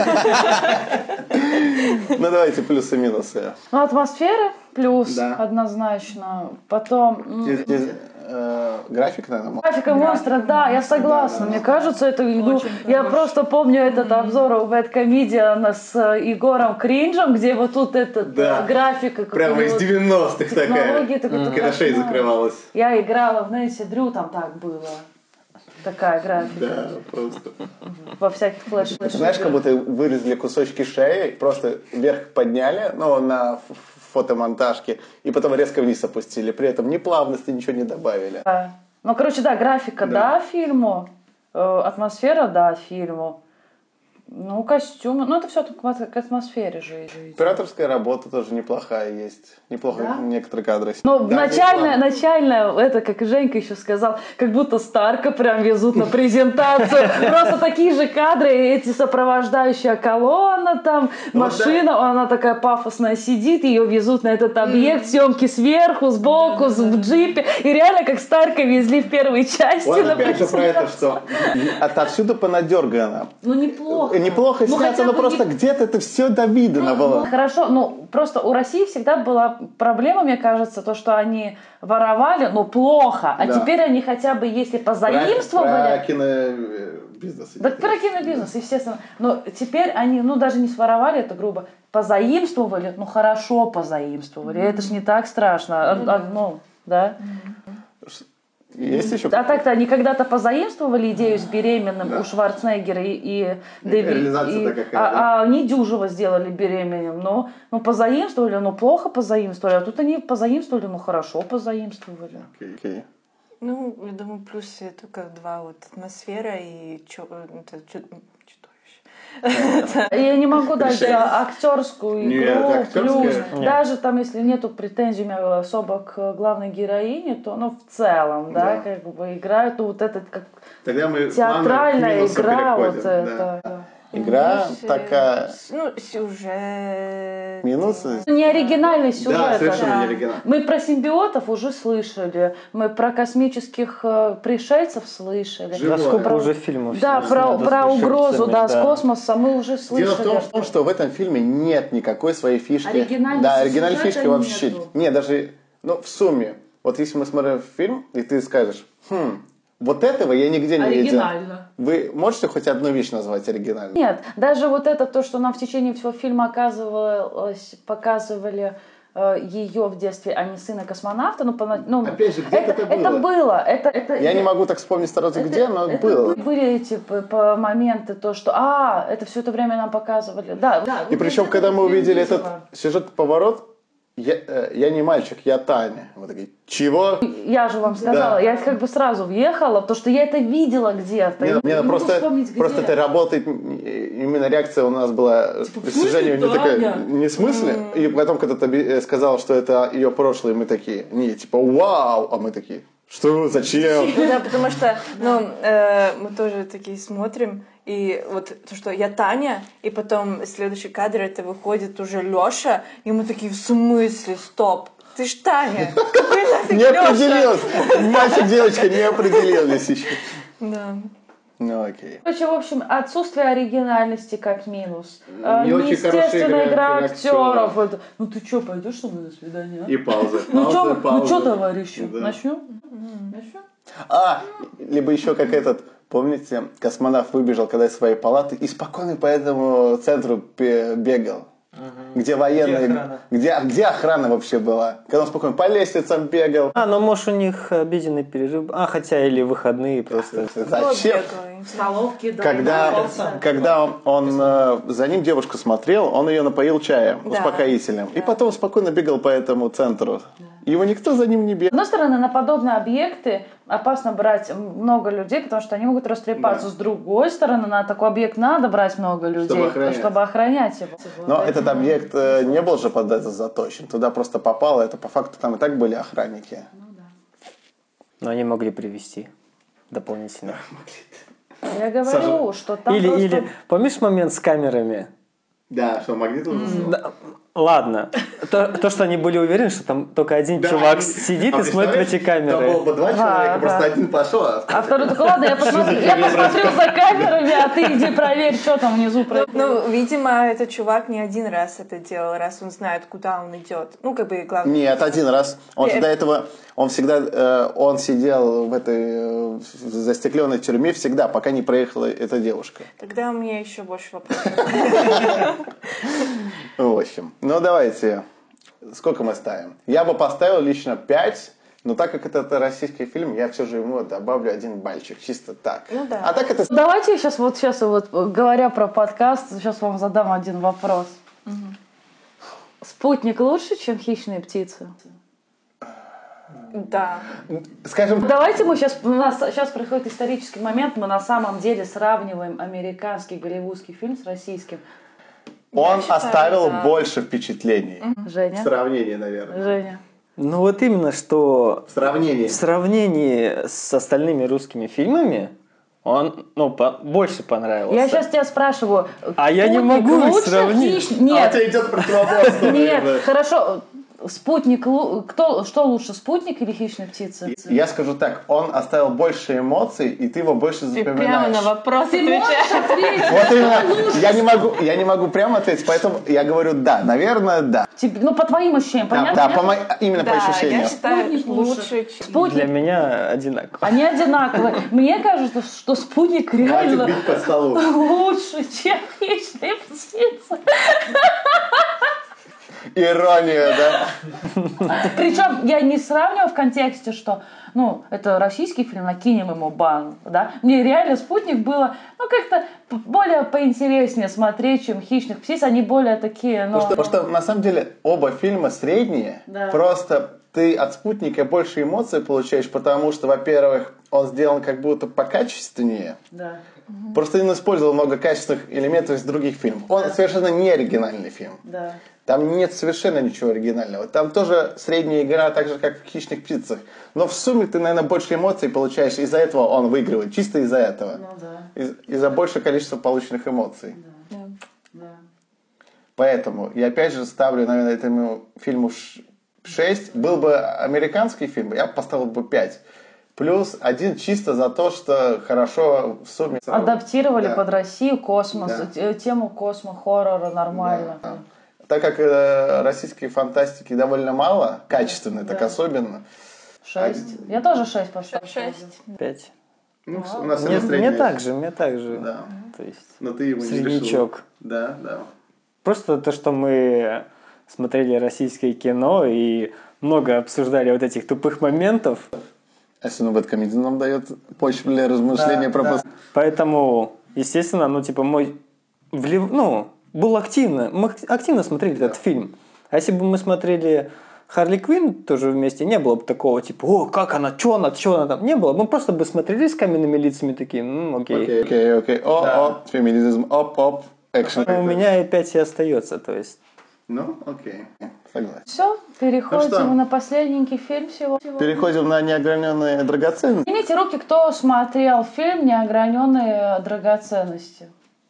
Speaker 2: Давайте плюсы-минусы.
Speaker 3: Атмосфера плюс, однозначно. Потом...
Speaker 2: График, наверное.
Speaker 3: Графика монстра, да, я согласна. Мне кажется, это... я просто помню этот обзор у Bad с Егором Кринжем, где вот тут графика...
Speaker 2: Прямо из 90-х такая. Когда шея закрывалась.
Speaker 3: Я играла в Нэнси Дрю, там так было. Такая графика.
Speaker 2: Да, просто.
Speaker 3: Во всяких флеш.
Speaker 2: Знаешь, как будто вырезали кусочки шеи, просто вверх подняли, на фотомонтажке, и потом резко вниз опустили. При этом ни плавности, ничего не добавили.
Speaker 3: Да. Графика, да, фильму. Атмосфера, да, фильму. Ну, костюмы. Ну, это все к атмосфере жизни.
Speaker 2: Операторская работа тоже неплохая есть. Неплохо некоторые кадры.
Speaker 3: Ну, начальная, это, как Женька еще сказал, как будто Старка прям везут на презентацию. Просто такие же кадры, эти сопровождающая колонна, там, машина, она такая пафосная сидит, ее везут на этот объект, съемки сверху, сбоку, в джипе. И реально, как Старка везли в первой части.
Speaker 2: Вот опять же про это, что отовсюду понадергано.
Speaker 3: Ну, неплохо.
Speaker 2: Неплохо снято, но просто где-то это все довидано было.
Speaker 3: Хорошо, ну просто у России всегда была проблема, мне кажется, то, что они воровали, но плохо. А теперь они хотя бы, если позаимствовали...
Speaker 2: Про кинобизнес.
Speaker 3: Да, про кинобизнес, естественно. Но теперь они, ну даже не своровали, это грубо, позаимствовали, ну хорошо позаимствовали. Это ж не так страшно. Ну, да.
Speaker 2: Есть еще?
Speaker 3: А так-то они когда-то позаимствовали идею с беременным у Шварценеггера и
Speaker 2: реализация какая,
Speaker 3: а они дюжево сделали беременным, но позаимствовали, но плохо позаимствовали, а тут они позаимствовали, ну хорошо позаимствовали.
Speaker 2: Okay.
Speaker 4: Ну, я думаю, плюс только два, вот атмосфера и
Speaker 3: Я не могу дать актерскую игру, плюс даже там, если нету претензий особо к главной героине, то, ну, в целом, да, как бы играют, ну, вот этот как театральная игра, вот это.
Speaker 2: Игра такая...
Speaker 4: Ну, сюжет...
Speaker 2: Минусы?
Speaker 3: Не оригинальный сюжет.
Speaker 2: Да, совершенно не оригинальный.
Speaker 3: Мы про симбиотов уже слышали, мы про космических пришельцев слышали.
Speaker 1: Да, сколько уже фильмов.
Speaker 3: Да, про угрозу, да, с космоса мы уже слышали.
Speaker 2: Дело в том, что в этом фильме нет никакой своей фишки.
Speaker 3: Оригинальной
Speaker 2: фишки вообще нет. Даже, ну, в сумме. Вот если мы смотрим фильм, и ты скажешь, вот этого я нигде не видел. Вы можете хоть одну вещь назвать оригинальной?
Speaker 3: Нет, даже вот это то, что нам в течение всего фильма показывали ее в детстве, а не сына космонавта. Ну,
Speaker 2: опять же, где-то это было. Я не могу так вспомнить сразу где, но было.
Speaker 3: Были эти моменты, то, что это все это время нам показывали. Да,
Speaker 2: и причем, когда мы увидели этот сюжет-поворот, я не мальчик, я Таня. Мы такие, чего?
Speaker 3: Я же вам сказала, я как бы сразу въехала, потому что я это видела где-то.
Speaker 2: Мне просто это работает, именно реакция у нас была, к сожалению, не такая, не в смысле. И потом, когда ты сказал, что это ее прошлое, мы такие, не, типа, вау, а мы такие, что, зачем?
Speaker 4: Да, потому что, мы тоже такие смотрим, и вот то, что я Таня, и потом следующий кадр, это выходит уже Лёша, и мы такие, в смысле, стоп, ты ж Таня,
Speaker 2: не определилась, мальчик-девочка не определились еще.
Speaker 4: Да.
Speaker 2: Ну окей.
Speaker 3: Короче, в общем, отсутствие оригинальности как минус.
Speaker 2: Неестественная
Speaker 3: игра актеров. Ну ты что, пойдешь со мной на свидание?
Speaker 2: И паузы.
Speaker 3: Ну что, товарищи, начнем?
Speaker 2: Либо еще как этот, помните, космонавт выбежал когда из своей палаты и спокойно по этому центру бегал. Где военные, где охрана вообще была? Когда он спокойно по лестницам бегал.
Speaker 1: Ну может у них обеденный перерыв, хотя или выходные просто.
Speaker 2: Зачем?
Speaker 3: В столовке,
Speaker 2: когда он за ним девушка смотрел, он ее напоил чаем успокоительным. И потом спокойно бегал по этому центру. Его никто за ним не бегал.
Speaker 3: С одной стороны, на подобные объекты опасно брать много людей, потому что они могут растрепаться. С другой стороны, на такой объект надо брать много людей, чтобы охранять его.
Speaker 2: Но этот объект не был же под это заточен. Туда просто попало. Это по факту там и так были охранники.
Speaker 1: Но они могли привести дополнительно.
Speaker 3: Я говорю, что там
Speaker 1: Или помнишь момент с камерами?
Speaker 2: Да, что магнит уже.
Speaker 1: Ладно. То, что они были уверены, что там только один чувак сидит и смотрит в эти камеры.
Speaker 2: Там было бы два человека, просто один пошел.
Speaker 3: А второй такой, ладно, я посмотрю за камерами, а ты иди проверь, что там внизу происходит.
Speaker 4: Ну, видимо, этот чувак не один раз это делал, раз он знает, куда он идет. Ну, как бы, главное...
Speaker 2: Нет, один раз. Он до этого, он сидел в этой застекленной тюрьме всегда, пока не проехала эта девушка.
Speaker 4: Тогда у меня еще больше вопросов.
Speaker 2: В общем, давайте. Сколько мы ставим? Я бы поставил лично 5, но так как это российский фильм, я все же ему добавлю 1 бальчик, чисто так.
Speaker 4: Ну да.
Speaker 2: А так это...
Speaker 3: Давайте сейчас говоря про подкаст, сейчас вам задам один вопрос. Спутник лучше, чем хищные птицы?
Speaker 4: Да.
Speaker 2: Скажем,
Speaker 3: Давайте у нас сейчас происходит исторический момент, мы на самом деле сравниваем американский голливудский фильм с российским.
Speaker 2: он
Speaker 4: считаю,
Speaker 2: оставил
Speaker 4: да.
Speaker 2: больше впечатлений. В
Speaker 3: Женя?
Speaker 2: сравнении, наверное.
Speaker 3: Женя?
Speaker 1: Ну вот именно, что
Speaker 2: В сравнении.
Speaker 1: в сравнении с остальными русскими фильмами он больше понравился.
Speaker 3: Я сейчас тебя спрашиваю.
Speaker 1: А я не
Speaker 3: «Спутник»
Speaker 1: могу их
Speaker 3: лучше
Speaker 1: сравнить.
Speaker 2: А у
Speaker 3: Нет,
Speaker 2: тебя идет противоборство.
Speaker 3: нет,
Speaker 2: наверное.
Speaker 3: хорошо. «Спутник», что лучше, «Спутник» или «Хищные птицы»?
Speaker 2: Я скажу так, он оставил больше эмоций, и ты его больше
Speaker 4: Ты прямо
Speaker 2: запоминаешь.
Speaker 4: на вопрос
Speaker 3: Ты
Speaker 4: отвечаешь.
Speaker 3: можешь ответить?
Speaker 2: Вот именно, я не могу прямо ответить, поэтому я говорю да, наверное, да.
Speaker 3: Ну, по твоим ощущениям, понятно?
Speaker 2: Да, именно по
Speaker 4: Да, я
Speaker 2: ощущениям.
Speaker 4: считаю,
Speaker 3: «Спутник»
Speaker 4: лучше, чем...
Speaker 3: «Спутник».
Speaker 1: Для меня одинаково.
Speaker 3: Они одинаковые. Мне кажется, что «Спутник»
Speaker 2: Давайте
Speaker 3: реально
Speaker 2: бить по столу.
Speaker 3: лучше, чем «Хищные птицы».
Speaker 2: Ирония, да?
Speaker 3: Причем я не сравниваю в контексте, что, это российский фильм, накинем ему бан, да. Мне реально «Спутник» было, как-то более поинтереснее смотреть, чем «Хищных птиц». Они более такие,
Speaker 2: Потому что на самом деле оба фильма средние,
Speaker 3: Да.
Speaker 2: просто ты от «Спутника» больше эмоций получаешь, потому что, во-первых, он сделан как будто покачественнее.
Speaker 3: Да.
Speaker 2: Просто он использовал много качественных элементов из других фильмов. Он совершенно не оригинальный фильм.
Speaker 3: Да.
Speaker 2: Там нет совершенно ничего оригинального. Там тоже средняя игра, так же, как в «Хищных птицах». Но в сумме ты, наверное, больше эмоций получаешь. Из-за этого он выигрывает. Чисто из-за этого.
Speaker 3: Да.
Speaker 2: Из-за большего количества полученных эмоций.
Speaker 3: Да.
Speaker 2: Поэтому я опять же ставлю, наверное, этому фильму 6. Был бы американский фильм, я поставил бы 5. Плюс 1 чисто за то, что хорошо в сумме...
Speaker 3: Адаптировали
Speaker 2: Да.
Speaker 3: под Россию космос, тему космо-хоррора нормально.
Speaker 2: Да. Так как российской фантастики довольно мало, качественной так особенно.
Speaker 3: 6. Я тоже 6 поставлю.
Speaker 4: 6.
Speaker 1: 5.
Speaker 2: Ну, у нас
Speaker 1: Мне так же.
Speaker 2: Да.
Speaker 1: То есть
Speaker 2: Но ты его не
Speaker 1: среднячок.
Speaker 2: решил. Да.
Speaker 1: Просто то, что мы смотрели российское кино и много обсуждали вот этих тупых моментов.
Speaker 2: Особенно Бэдкомедиан нам дает почву для размышления про...
Speaker 1: Поэтому, естественно, мой был активно. Мы активно смотрели этот фильм. А если бы мы смотрели Харли Квинн тоже вместе, не было бы такого типа, о, как она, что она там. Не было. Мы просто бы смотрели с каменными лицами такие, окей.
Speaker 2: Окей. Феминизм, оп, экшен.
Speaker 1: У меня и 5 и остается, то есть.
Speaker 2: Ну, окей. Согласен.
Speaker 3: Все, переходим
Speaker 2: Ну что?
Speaker 3: на последненький фильм всего.
Speaker 2: Переходим на неограненные драгоценности.
Speaker 3: Поднимите руки, кто смотрел фильм «Неограненные драгоценности».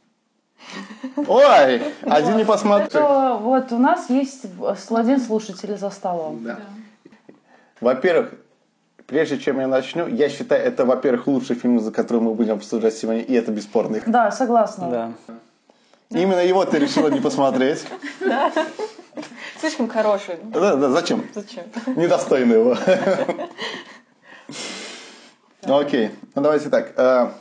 Speaker 2: Ой, один не посмотрел.
Speaker 3: Вот у нас есть один слушатель за столом.
Speaker 2: Да. Во-первых, прежде чем я начну, я считаю, это, во-первых, лучший фильм, за который мы будем обсуждать сегодня, и это бесспорно.
Speaker 3: Да, согласна.
Speaker 1: Да.
Speaker 2: Именно его ты решила не посмотреть.
Speaker 4: Слишком хороший.
Speaker 2: Да, зачем?
Speaker 4: Зачем?
Speaker 2: Недостойно его. Ну окей, давайте так.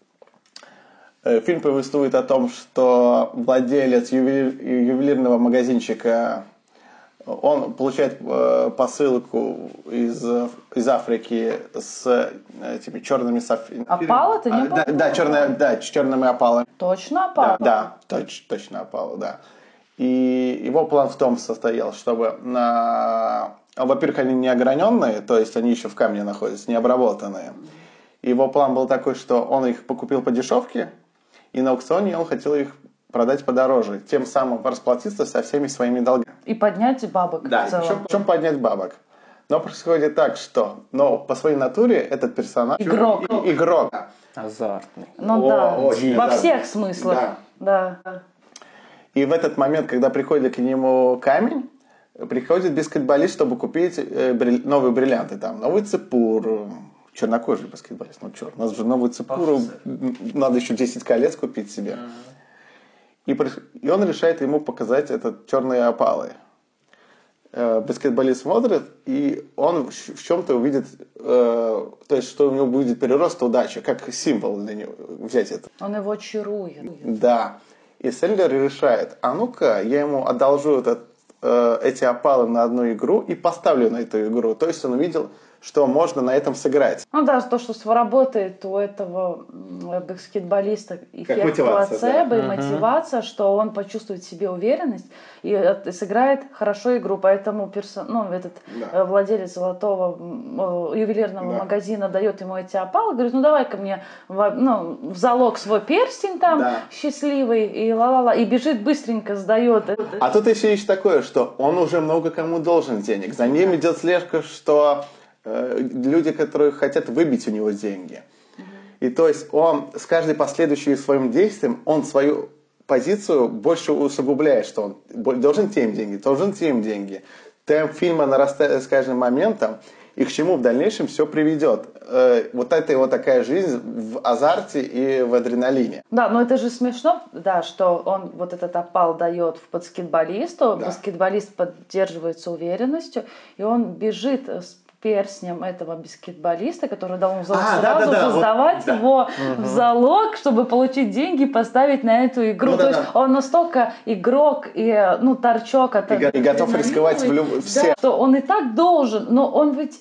Speaker 2: Фильм повествует о том, что владелец ювелирного магазинчика, он получает посылку из Африки с этими черными сафирами.
Speaker 3: Опал это не был?
Speaker 2: Да, с черными опалами.
Speaker 3: Точно опал?
Speaker 2: Да, точно опалы, да. И его план в том состоял, чтобы во-первых, они не ограненные, то есть они еще в камне находятся, не обработанные. Его план был такой, что он их покупил по дешевке, и на аукционе он хотел их продать подороже, тем самым расплатиться со всеми своими долгами.
Speaker 3: И поднять бабок
Speaker 2: Да,
Speaker 3: в целом.
Speaker 2: причем поднять бабок. Но происходит так, что по своей натуре этот персонаж... Игрок.
Speaker 1: Азартный.
Speaker 2: Очень
Speaker 3: во
Speaker 2: азартный.
Speaker 3: всех смыслах. Да.
Speaker 2: И в этот момент, когда приходит к нему камень, приходит баскетболист, чтобы купить новые бриллианты. Там новый цепур, чернокожий баскетболист, черт, у нас же новую цепуру, надо еще 10 колец купить себе. И он решает ему показать этот черные опалы. Баскетболист смотрит, и он в чем-то увидит, то есть, что у него будет перерост удачи, как символ для него взять это.
Speaker 3: Он его чарует.
Speaker 2: Да. И Сэндлер решает, а ну-ка, я ему одолжу эти опалы на одну игру и поставлю на эту игру. То есть он увидел что можно на этом сыграть.
Speaker 3: Ну да, то, что работает у этого баскетболиста эффект
Speaker 2: мотивация,
Speaker 3: плацебо
Speaker 2: да.
Speaker 3: и мотивация, что он почувствует в себе уверенность и сыграет хорошо игру. Поэтому этот владелец золотого ювелирного магазина дает ему эти опалы, говорит, ну давай-ка мне в залог свой перстень там счастливый, и ла-ла-ла, и бежит быстренько, сдает.
Speaker 2: А тут еще есть такое, что он уже много кому должен денег. За ним идет слежка, что люди, которые хотят выбить у него деньги. И то есть он с каждой последующей своим действием, он свою позицию больше усугубляет, что он должен тем деньги. Темп фильма нарастает с каждым моментом, и к чему в дальнейшем все приведет. Вот это его такая жизнь в азарте и в адреналине.
Speaker 3: Да, но это же смешно, да, что он вот этот опал дает в баскетболисту, баскетболист поддерживается уверенностью, и он бежит с перстнем этого баскетболиста, который дал ему залог, сразу же сдавать его в залог, чтобы получить деньги и поставить на эту игру. То есть он настолько игрок и торчок.
Speaker 2: И готов рисковать всем.
Speaker 3: Что он и так должен, но он ведь,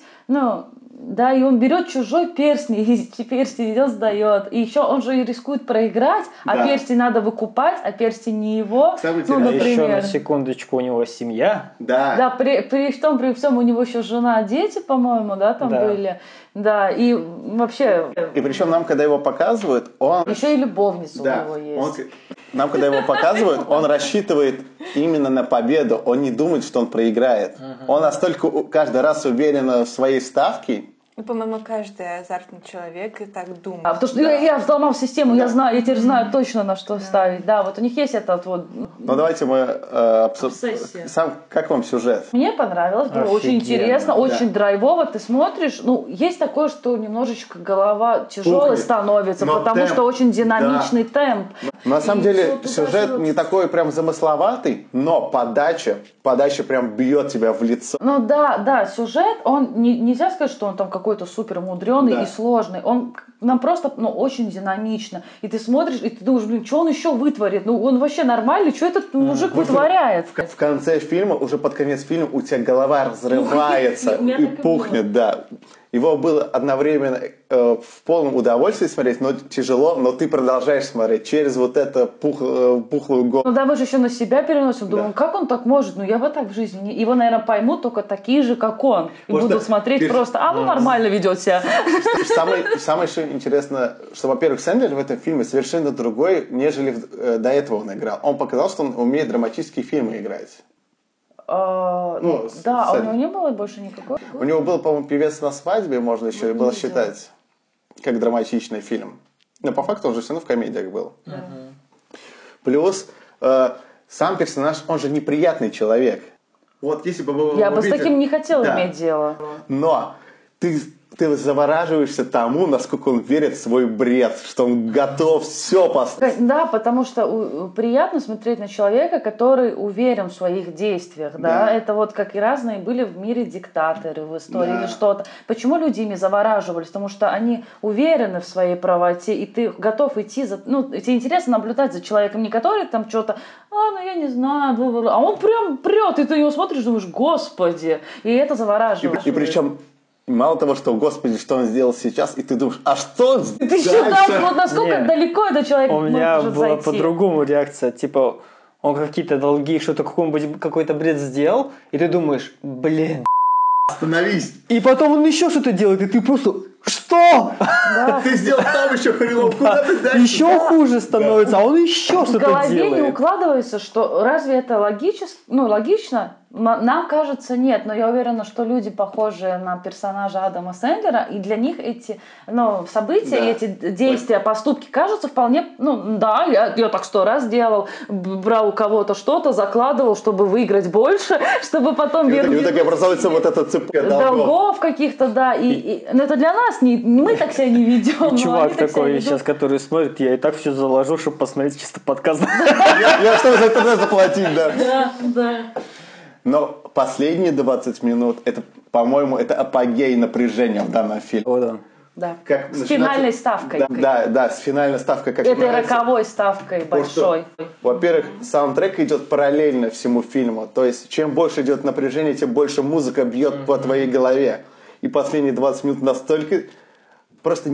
Speaker 3: да, и он берет чужой перстень, и перстень идет, сдает. И еще он же и рискует проиграть, а перстень надо выкупать, а перстень не его.
Speaker 1: Например. Еще на секундочку у него семья.
Speaker 3: Да, при всем у него еще жена, дети, по-моему, да, там были. Да, и вообще...
Speaker 2: И причем нам, когда его показывают, он...
Speaker 3: Еще и любовница у него есть.
Speaker 2: Нам, когда его показывают, он рассчитывает именно на победу. Он не думает, что он проиграет. Он настолько каждый раз уверен в своей ставке.
Speaker 4: Ну, по-моему, каждый азартный человек и так думает.
Speaker 3: Потому что я взломал систему, я теперь знаю точно, на что ставить. Да, вот у них есть этот вот...
Speaker 2: Ну, давайте мы обсудим. Как вам сюжет?
Speaker 3: Мне понравилось, было очень интересно, очень драйвово. Ты смотришь, есть такое, что немножечко голова тяжелой становится, потому что очень динамичный темп.
Speaker 2: На самом деле, сюжет не такой прям замысловатый, но подача прям бьет тебя в лицо.
Speaker 3: Ну да, сюжет, он нельзя сказать, что он там какой-то супер мудрёный и сложный. Он нам просто, очень динамично. И ты смотришь, и ты думаешь, что он еще вытворит? Он вообще нормальный, что этот мужик вытворяет?
Speaker 2: В конце фильма, уже под конец фильма, у тебя голова разрывается и пухнет, да. Его было одновременно в полном удовольствии смотреть, но тяжело, но ты продолжаешь смотреть через вот это пухлую голову.
Speaker 3: Ну да, мы же еще на себя переносим, думаем, как он так может? Я бы так в жизни. Его, наверное, поймут только такие же, как он. И будут смотреть просто, нормально ведет себя.
Speaker 2: Самое еще интересное, что, во-первых, Сэндлер в этом фильме совершенно другой, нежели до этого он играл. Он показал, что он умеет драматические фильмы играть.
Speaker 3: А у него не было больше никакой?
Speaker 2: У него был, по-моему, «Певец на свадьбе», можно еще было считать, как драматичный фильм. Но по факту он же все равно в комедиях был. Плюс сам персонаж, он же неприятный человек. Вот если бы вы
Speaker 3: Я бы с таким не хотела иметь дело.
Speaker 2: Но ты завораживаешься тому, насколько он верит в свой бред, что он готов все поставить.
Speaker 3: Да, потому что приятно смотреть на человека, который уверен в своих действиях. Да? Это вот как и разные были в мире диктаторы в истории или что-то. Почему люди ими завораживались? Потому что они уверены в своей правоте, и ты готов идти за... тебе интересно наблюдать за человеком, не который там что-то, я не знаю, а он прям прет, и ты на него смотришь, думаешь, господи, и это завораживает.
Speaker 2: И причем мало того, что, господи, что он сделал сейчас, и ты думаешь, а что он
Speaker 3: ты считаешь, насколько далеко этот человек может зайти?
Speaker 1: У меня была по-другому реакция, типа, он какие-то долги, что-то какой-то бред сделал, и ты думаешь,
Speaker 2: остановись.
Speaker 1: И потом он еще что-то делает, и ты просто, что?
Speaker 2: Ты сделал там еще хреново, куда ты дальше?
Speaker 1: Еще хуже становится, а он еще что-то делает.
Speaker 3: В голове не укладывается, что разве это логично? Нам кажется, нет, но я уверена, что люди, похожие на персонажа Адама Сэндлера, и для них эти события, эти действия, поступки кажутся вполне, я так 100 раз делал, брал у кого-то что-то, закладывал, чтобы выиграть больше, чтобы потом вернуть.
Speaker 2: И так образуется вот эта цепка
Speaker 3: долгов каких-то, да, но это для нас, мы так себя не ведем.
Speaker 1: И чувак такой сейчас, который смотрит, я и так все заложу, чтобы посмотреть чисто подкаст.
Speaker 2: Я чтобы за интернет заплатить, да.
Speaker 3: Да.
Speaker 2: Но последние 20 минут, это, по-моему, это апогей напряжения в данном фильме.
Speaker 3: Да. С финальной ставкой.
Speaker 2: Да, с финальной ставкой.
Speaker 3: Этой роковой ставкой большой.
Speaker 2: Во-первых, саундтрек идет параллельно всему фильму. То есть, чем больше идет напряжение, тем больше музыка бьет по твоей голове. и последние 20 минут настолько... Просто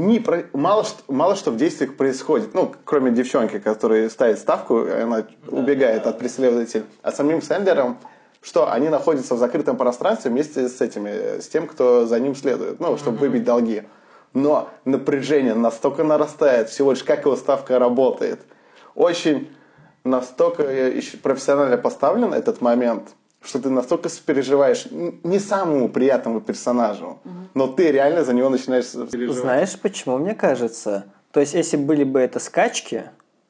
Speaker 2: мало что в действиях происходит. Ну, кроме девчонки, которая ставит ставку, она убегает от преследователей. А самим Сэндлером, что они находятся в закрытом пространстве вместе с тем, кто за ним следует, ну, чтобы выбить долги. Но напряжение настолько нарастает, всего лишь как его ставка работает. Очень настолько профессионально поставлен этот момент, что ты настолько сопереживаешь не самому приятному персонажу, но ты реально за него начинаешь сопереживать.
Speaker 1: Знаешь, почему, мне кажется? То есть, если были бы это скачки,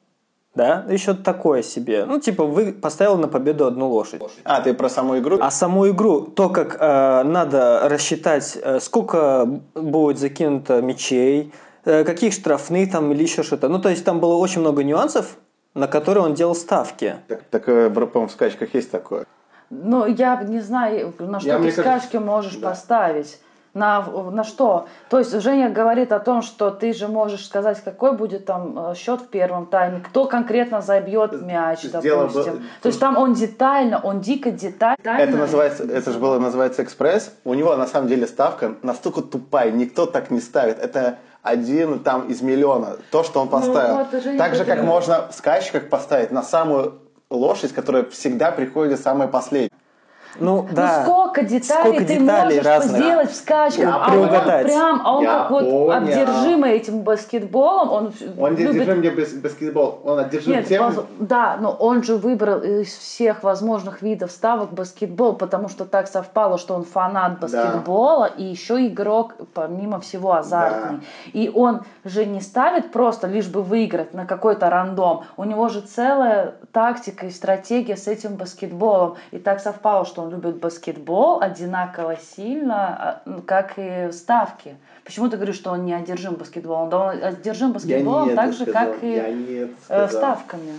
Speaker 1: да, еще такое себе. Ну, типа, вы поставил на победу одну лошадь.
Speaker 2: А, ты про саму игру?
Speaker 1: А саму игру, то, как надо рассчитать, сколько будет закинуто мячей, каких штрафных там или еще что-то. Ну, то есть, там было очень много нюансов, на которые он делал ставки.
Speaker 2: Так по-моему, в скачках есть такое.
Speaker 3: Ну, я не знаю, на что ты скачки можешь поставить. На что? То есть Женя говорит о том, что ты же можешь сказать, какой будет там счет в первом тайме, кто конкретно забьет мяч, допустим. То есть там он детально, он дико детально.
Speaker 2: Это же было называется экспресс. У него на самом деле ставка настолько тупая, никто так не ставит. Это один там из миллиона, то, что он поставил. Ну, вот, так же, как можно в скачках поставить на самую лошадь, которая всегда приходит самая последняя.
Speaker 1: Ну, да.
Speaker 3: Сколько деталей ты можешь разных сделать в скачках, он как вот одержимый этим баскетболом.
Speaker 2: Он одержим не баскетбол, он одержим тем...
Speaker 3: Да, но он же выбрал из всех возможных видов ставок баскетбол, потому что так совпало, что он фанат баскетбола и еще игрок, помимо всего, азартный. Да. И он же не ставит просто лишь бы выиграть на какой-то рандом. У него же целая тактика и стратегия с этим баскетболом. И так совпало, что он любит баскетбол одинаково сильно, как и ставки. Почему ты говоришь, что он не одержим баскетболом? Да он одержим баскетболом так же, как и ставками.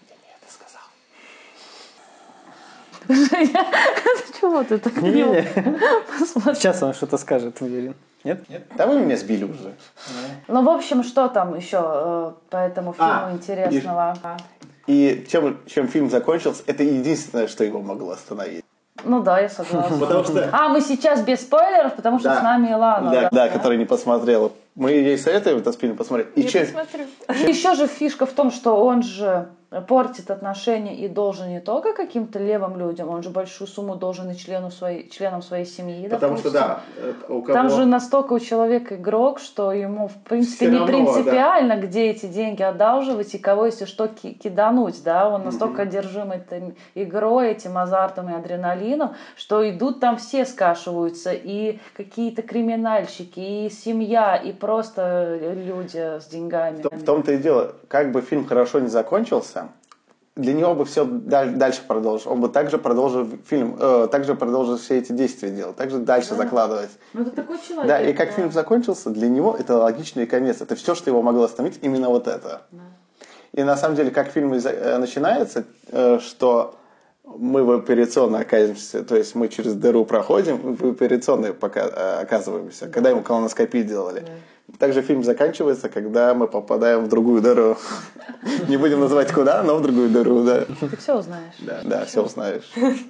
Speaker 3: Чего ты так не
Speaker 1: Сейчас он что-то скажет, уверен. Нет?
Speaker 2: Да вы меня сбили уже.
Speaker 3: Ну, в общем, что там еще по этому фильму интересного?
Speaker 2: И чем фильм закончился, это единственное, что его могло остановить.
Speaker 3: Ну да, я согласна.
Speaker 2: Потому что...
Speaker 3: мы сейчас без спойлеров, потому что с нами Илана.
Speaker 2: Да, которая не посмотрела. Мы ей советуем этот фильм посмотреть.
Speaker 4: Посмотрю.
Speaker 3: Еще же фишка в том, что он же портит отношения и должен не только каким-то левым людям, он же большую сумму должен и членам своей семьи.
Speaker 2: Потому что, да, у кого...
Speaker 3: Там же настолько у человека игрок, что ему, в принципе, не принципиально, где эти деньги одалживать и кого, если что, кидануть, да, он настолько одержим этой игрой, этим азартом и адреналином, что идут там все скашиваются, и какие-то криминальщики, и семья, и просто люди с деньгами.
Speaker 2: В том-то и дело, как бы фильм хорошо не закончился, для него бы все дальше продолжил. Он бы также продолжил фильм, также продолжил все эти действия делать, также дальше закладывать.
Speaker 3: Ну, это такой человек.
Speaker 2: Да, и как фильм закончился, для него это логичный конец. Это все, что его могло остановить, именно вот это. Да. И на самом деле, как фильм начинается, что мы в операционной оказываемся, то есть мы через дыру проходим, в операционной пока оказываемся, когда ему колоноскопию делали. Да. Также фильм заканчивается, когда мы попадаем в другую дыру. Не будем называть куда, но в другую дыру, да.
Speaker 3: Ты все узнаешь.
Speaker 2: Да, все узнаешь.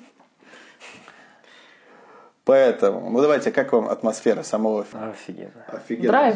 Speaker 2: Поэтому, ну давайте, как вам атмосфера самого фильма?
Speaker 1: Офигенно.
Speaker 3: Драйв.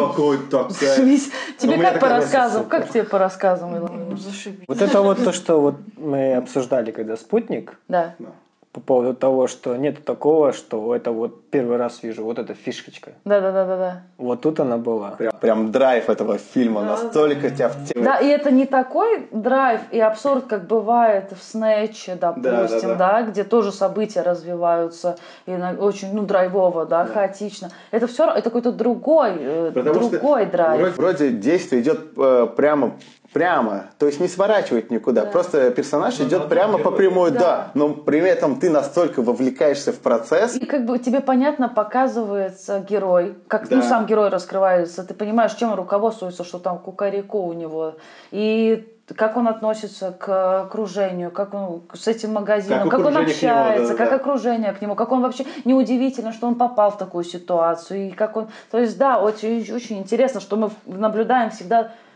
Speaker 3: Тебе как по рассказам? Как тебе по рассказам, Илона?
Speaker 1: Вот это вот то, что вот мы обсуждали, когда «Спутник».
Speaker 3: Да.
Speaker 1: По поводу того, что нет такого, что это вот первый раз вижу, вот эта фишечка.
Speaker 3: Да.
Speaker 1: Вот тут она была.
Speaker 2: Прям драйв этого фильма, настолько тебя втягивает.
Speaker 3: Да, и это не такой драйв и абсурд, как бывает в «Снэче», допустим, да, где тоже события развиваются и очень, драйвово, да, хаотично. Это все, это какой-то другой драйв.
Speaker 2: Вроде действие идет прямо, то есть не сворачивает никуда, просто персонаж идет прямо по прямой, но при этом ты настолько вовлекаешься в процесс.
Speaker 3: И как бы тебе понятно показывается герой, как сам герой раскрывается, ты понимаешь, чем он руководствуется, что там кукареку у него, и как он относится к окружению, как он с этим магазином, как он общается, как окружение к нему, как он вообще, неудивительно, что он попал в такую ситуацию, и как он, то есть очень, очень интересно, что мы наблюдаем всегда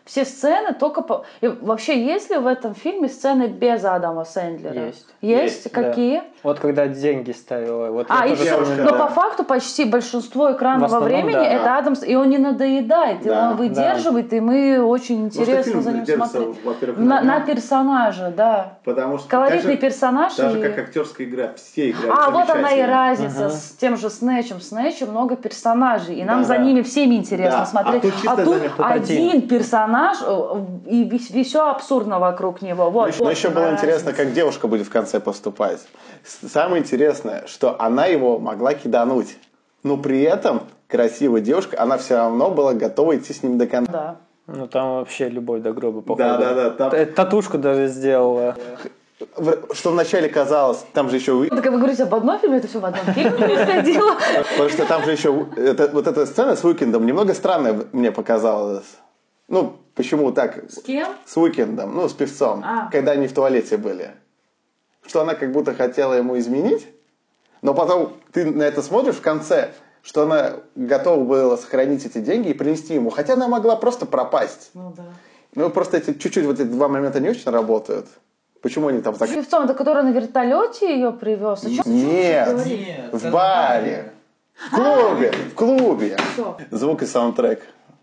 Speaker 3: Все сцены только... И вообще, есть ли в этом фильме сцены без Адама Сэндлера?
Speaker 1: Есть.
Speaker 3: Есть? Какие?
Speaker 1: Да. Вот когда деньги ставила. Вот
Speaker 3: И
Speaker 2: девушка,
Speaker 3: но по факту почти большинство экранного времени это Адамс, и он не надоедает, он выдерживает, и мы очень интересно за ним смотрим. На персонажа, да.
Speaker 2: Потому что
Speaker 3: колоритный персонаж.
Speaker 2: Даже как актерская игра, все играют
Speaker 3: вот она и разница с тем же Снэчем. В Снэче много персонажей, и нам за ними всеми интересно смотреть. А тут один персонаж, и все абсурдно вокруг него. Вот,
Speaker 2: но еще было интересно, как девушка будет в конце поступать. Самое интересное, что она его могла кидануть, но при этом красивая девушка, она все равно была готова идти с ним до конца.
Speaker 3: Да.
Speaker 1: Ну там вообще любовь до гроба, походу.
Speaker 2: Да.
Speaker 1: Татушку даже сделала.
Speaker 2: Что вначале казалось, там же еще...
Speaker 3: Так вы говорите об одном фильме, это все в одном фильме происходило.
Speaker 2: Потому что там же еще... Вот эта сцена с Уикендом немного странная мне показалась. Ну, почему так?
Speaker 3: С кем?
Speaker 2: С Уикендом, с певцом. Когда они в туалете были. Что она как будто хотела ему изменить, но потом ты на это смотришь в конце, что она готова была сохранить эти деньги и принести ему. Хотя она могла просто пропасть.
Speaker 3: Ну да.
Speaker 2: Ну, просто чуть-чуть вот эти два момента не очень работают. Почему они там закрыты?
Speaker 3: Певцом, это который на вертолете ее привез?
Speaker 2: Нет, в баре. В клубе. Звук и саундтрек.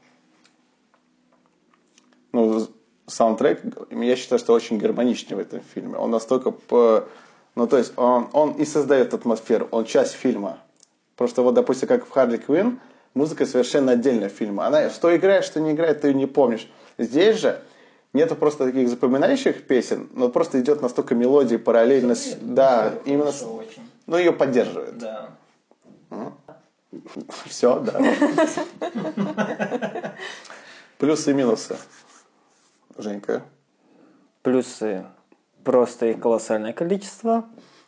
Speaker 2: Саундтрек, я считаю, что очень гармоничный в этом фильме. Он настолько... то есть он и создает атмосферу, он часть фильма. Просто вот, допустим, как в «Харли Квинн», музыка совершенно отдельная фильма. Она что играет, что не играет, ты не помнишь. Здесь же нету просто таких запоминающих песен, но просто идет настолько мелодии параллельно. Именно... Ну, ее поддерживает.
Speaker 1: Да.
Speaker 2: Все, да. Плюсы и минусы. Женька.
Speaker 1: Плюсы. Просто их колоссальное количество.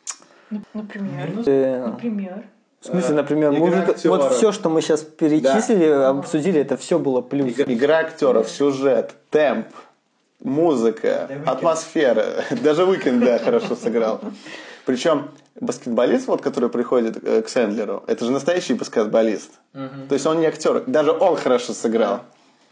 Speaker 4: Например?
Speaker 1: В смысле, например, музыка. Вот все, что мы сейчас перечислили, обсудили, это все было плюс.
Speaker 2: Игра актеров, сюжет, темп, музыка, атмосфера. Даже Уикенд, хорошо сыграл. Причем баскетболист, который приходит к Сэндлеру, это же настоящий баскетболист. То есть он не актер. Даже он хорошо сыграл.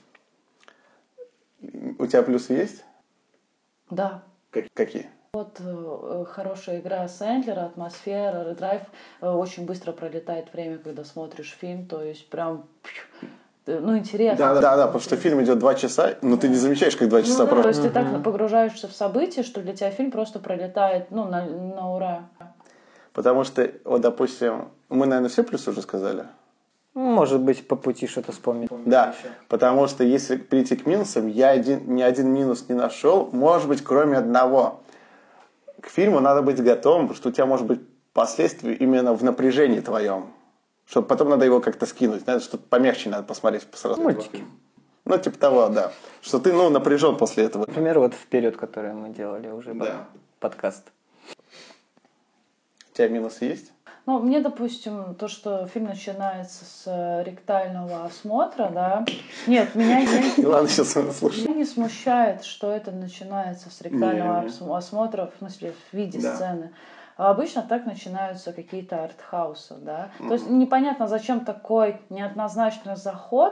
Speaker 2: У тебя плюсы есть?
Speaker 3: Да.
Speaker 2: Какие?
Speaker 3: Вот хорошая игра Сэндлера, атмосфера, драйв. Очень быстро пролетает время, когда смотришь фильм. То есть прям... интересно.
Speaker 2: Да, потому что фильм идет 2 часа, но ты не замечаешь, как 2 часа прошло.
Speaker 3: То есть ты так погружаешься в события, что для тебя фильм просто пролетает на ура.
Speaker 2: Потому что, вот, допустим, мы, наверное, все плюсы уже сказали?
Speaker 1: Может быть, по пути что-то вспомнить.
Speaker 2: Да, потому что если перейти к минусам, я ни один минус не нашел, может быть, кроме одного. К фильму надо быть готовым, потому что у тебя может быть последствия именно в напряжении твоем. Чтобы потом надо его как-то скинуть. Надо что-то помягче надо посмотреть сразу.
Speaker 1: Мультики.
Speaker 2: Типа того, да. Что ты, напряжен после этого.
Speaker 1: Например, вот «Вперед», который мы делали уже подкаст.
Speaker 2: У тебя минусы есть?
Speaker 3: Мне, допустим, то, что фильм начинается с ректального осмотра, да. Нет, меня не смущает, что это начинается с ректального осмотра, в смысле, в виде сцены. А обычно так начинаются какие-то артхаусы, да. То есть непонятно, зачем такой неоднозначный заход,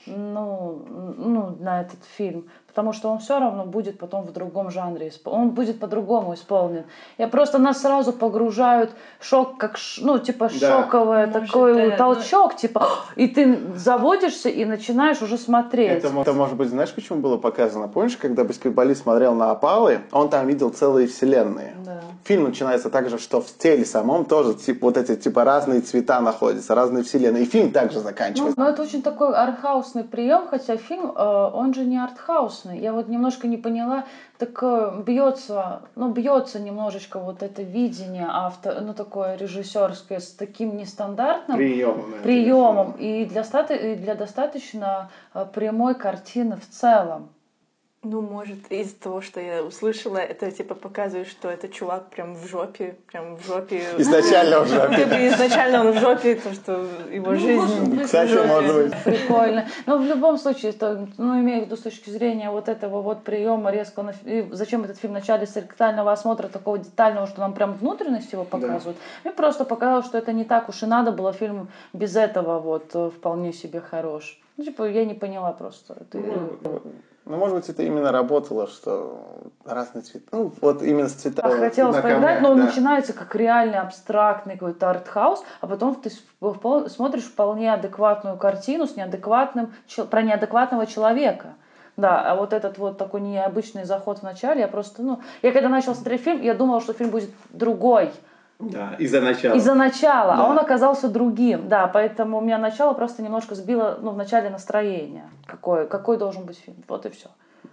Speaker 3: на этот фильм, потому что он все равно будет потом в другом жанре, он будет по-другому исполнен. Просто нас сразу погружают шок, как шоковый такой толчок, и ты заводишься и начинаешь уже смотреть.
Speaker 2: Это может быть, знаешь, почему было показано? Помнишь, когда баскетболист смотрел на опалы, он там видел целые вселенные.
Speaker 3: Да.
Speaker 2: Фильм начинается так же, что в теле самом тоже вот эти разные цвета находятся, разные вселенные. И фильм также заканчивается.
Speaker 3: Это очень такой артхаусный прием, хотя фильм, он же не артхаусный. Я вот немножко не поняла, так бьется немножечко вот это видение такое режиссерское с таким нестандартным приемом и для достаточно прямой картины в целом.
Speaker 4: Может, из-за того, что я услышала, это показывает, что этот чувак прям в жопе.
Speaker 2: Изначально в жопе.
Speaker 4: Изначально он в жопе, то, что его жизнь...
Speaker 2: Кстати, может быть.
Speaker 3: Прикольно. Но в любом случае, имею в виду с точки зрения вот этого вот приема резко... Зачем этот фильм в начале с ректального осмотра такого детального, что нам прям внутренность его показывают? Мне просто показалось, что это не так уж и надо было, фильм без этого вполне себе хорош. Я не поняла просто.
Speaker 2: Ну, может быть, это именно работало, что разные цвета. Ну, вот именно с цветами.
Speaker 3: Хотелось поиграть, но он начинается как реальный абстрактный какой-то артхаус, а потом ты смотришь вполне адекватную картину с про неадекватного человека. Да, а вот этот вот такой необычный заход в начале, я когда начал смотреть фильм, я думала, что фильм будет другой.
Speaker 2: Да, из-за начала.
Speaker 3: Из-за начала,
Speaker 2: да.
Speaker 3: А он оказался другим, да, поэтому у меня начало просто немножко сбило, в начале настроение, какой должен быть фильм, вот и все.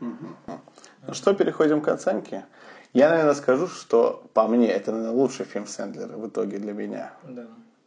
Speaker 2: Ну что, переходим к оценке. Я, наверное, скажу, что по мне это, наверное, лучший фильм Сэндлера в итоге для меня.
Speaker 1: Да.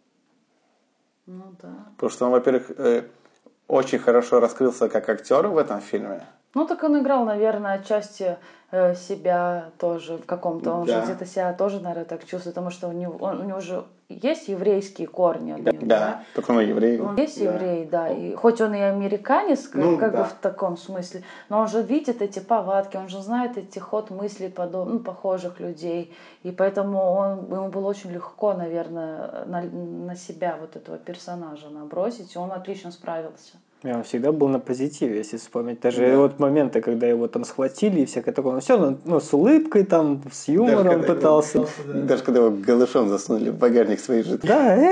Speaker 3: Ну да.
Speaker 2: Потому что он, во-первых, очень хорошо раскрылся как актер в этом фильме.
Speaker 3: Ну, так он играл, наверное, отчасти себя тоже в каком-то. Он же где-то себя тоже, наверное, так чувствует, потому что у него же есть еврейские корни.
Speaker 2: Да, только он еврей.
Speaker 3: Он есть еврей, да. И хоть он и американец, бы в таком смысле, но он же видит эти повадки, он же знает эти ход мыслей похожих людей. И поэтому ему было очень легко, наверное, на себя вот этого персонажа набросить, и он отлично справился.
Speaker 1: Он всегда был на позитиве, если вспомнить. Даже вот моменты, когда его там схватили и всякое такое, он все равно с улыбкой, там, с юмором пытался.
Speaker 2: Даже когда его голышом засунули в багажник своей жидкости.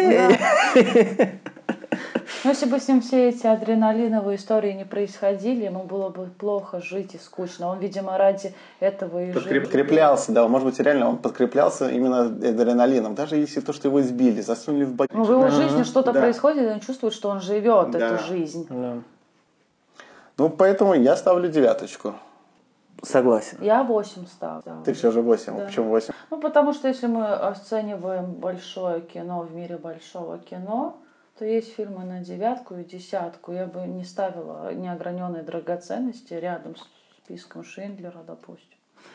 Speaker 1: Да,
Speaker 3: Но если бы с ним все эти адреналиновые истории не происходили, ему было бы плохо жить и скучно. Он, видимо, ради этого и жил.
Speaker 2: Подкреплялся, да, может быть, реально он подкреплялся именно адреналином. Даже если то, что его избили, засунули в багажник.
Speaker 3: В его жизни что-то происходит, и он чувствует, что он живет эту жизнь.
Speaker 1: Да.
Speaker 2: Ну, поэтому я ставлю 9.
Speaker 1: Согласен.
Speaker 3: Я 8 ставлю.
Speaker 2: Ты все же 8.
Speaker 3: Да.
Speaker 2: Почему 8?
Speaker 3: Ну, потому что если мы оцениваем большое кино в мире большого кино, то есть фильмы на 9 и 10. Я бы не ставила «Неограненные драгоценности» рядом с списком Шиндлера, допустим.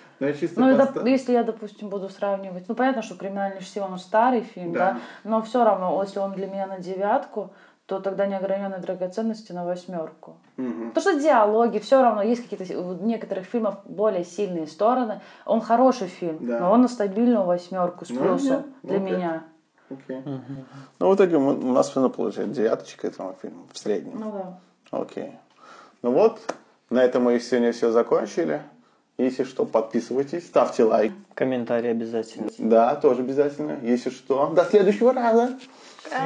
Speaker 3: Если я, допустим, буду сравнивать... понятно, что «Криминальный чтиво» он старый фильм, да, но все равно, если он для меня на 9, то тогда «Неограненные драгоценности» на 8. Потому что диалоги, все равно есть какие-то у некоторых фильмов более сильные стороны. Он хороший фильм, но он на стабильную 8 с плюсом для меня.
Speaker 2: Окей. Ну, в итоге у нас все равно получается 9 этому фильму в среднем.
Speaker 3: Ну да.
Speaker 2: Окей. Ну вот, на этом мы сегодня все закончили. Если что, подписывайтесь, ставьте лайк.
Speaker 1: Комментарий обязательно.
Speaker 2: Да, тоже обязательно. Если что, до следующего раза.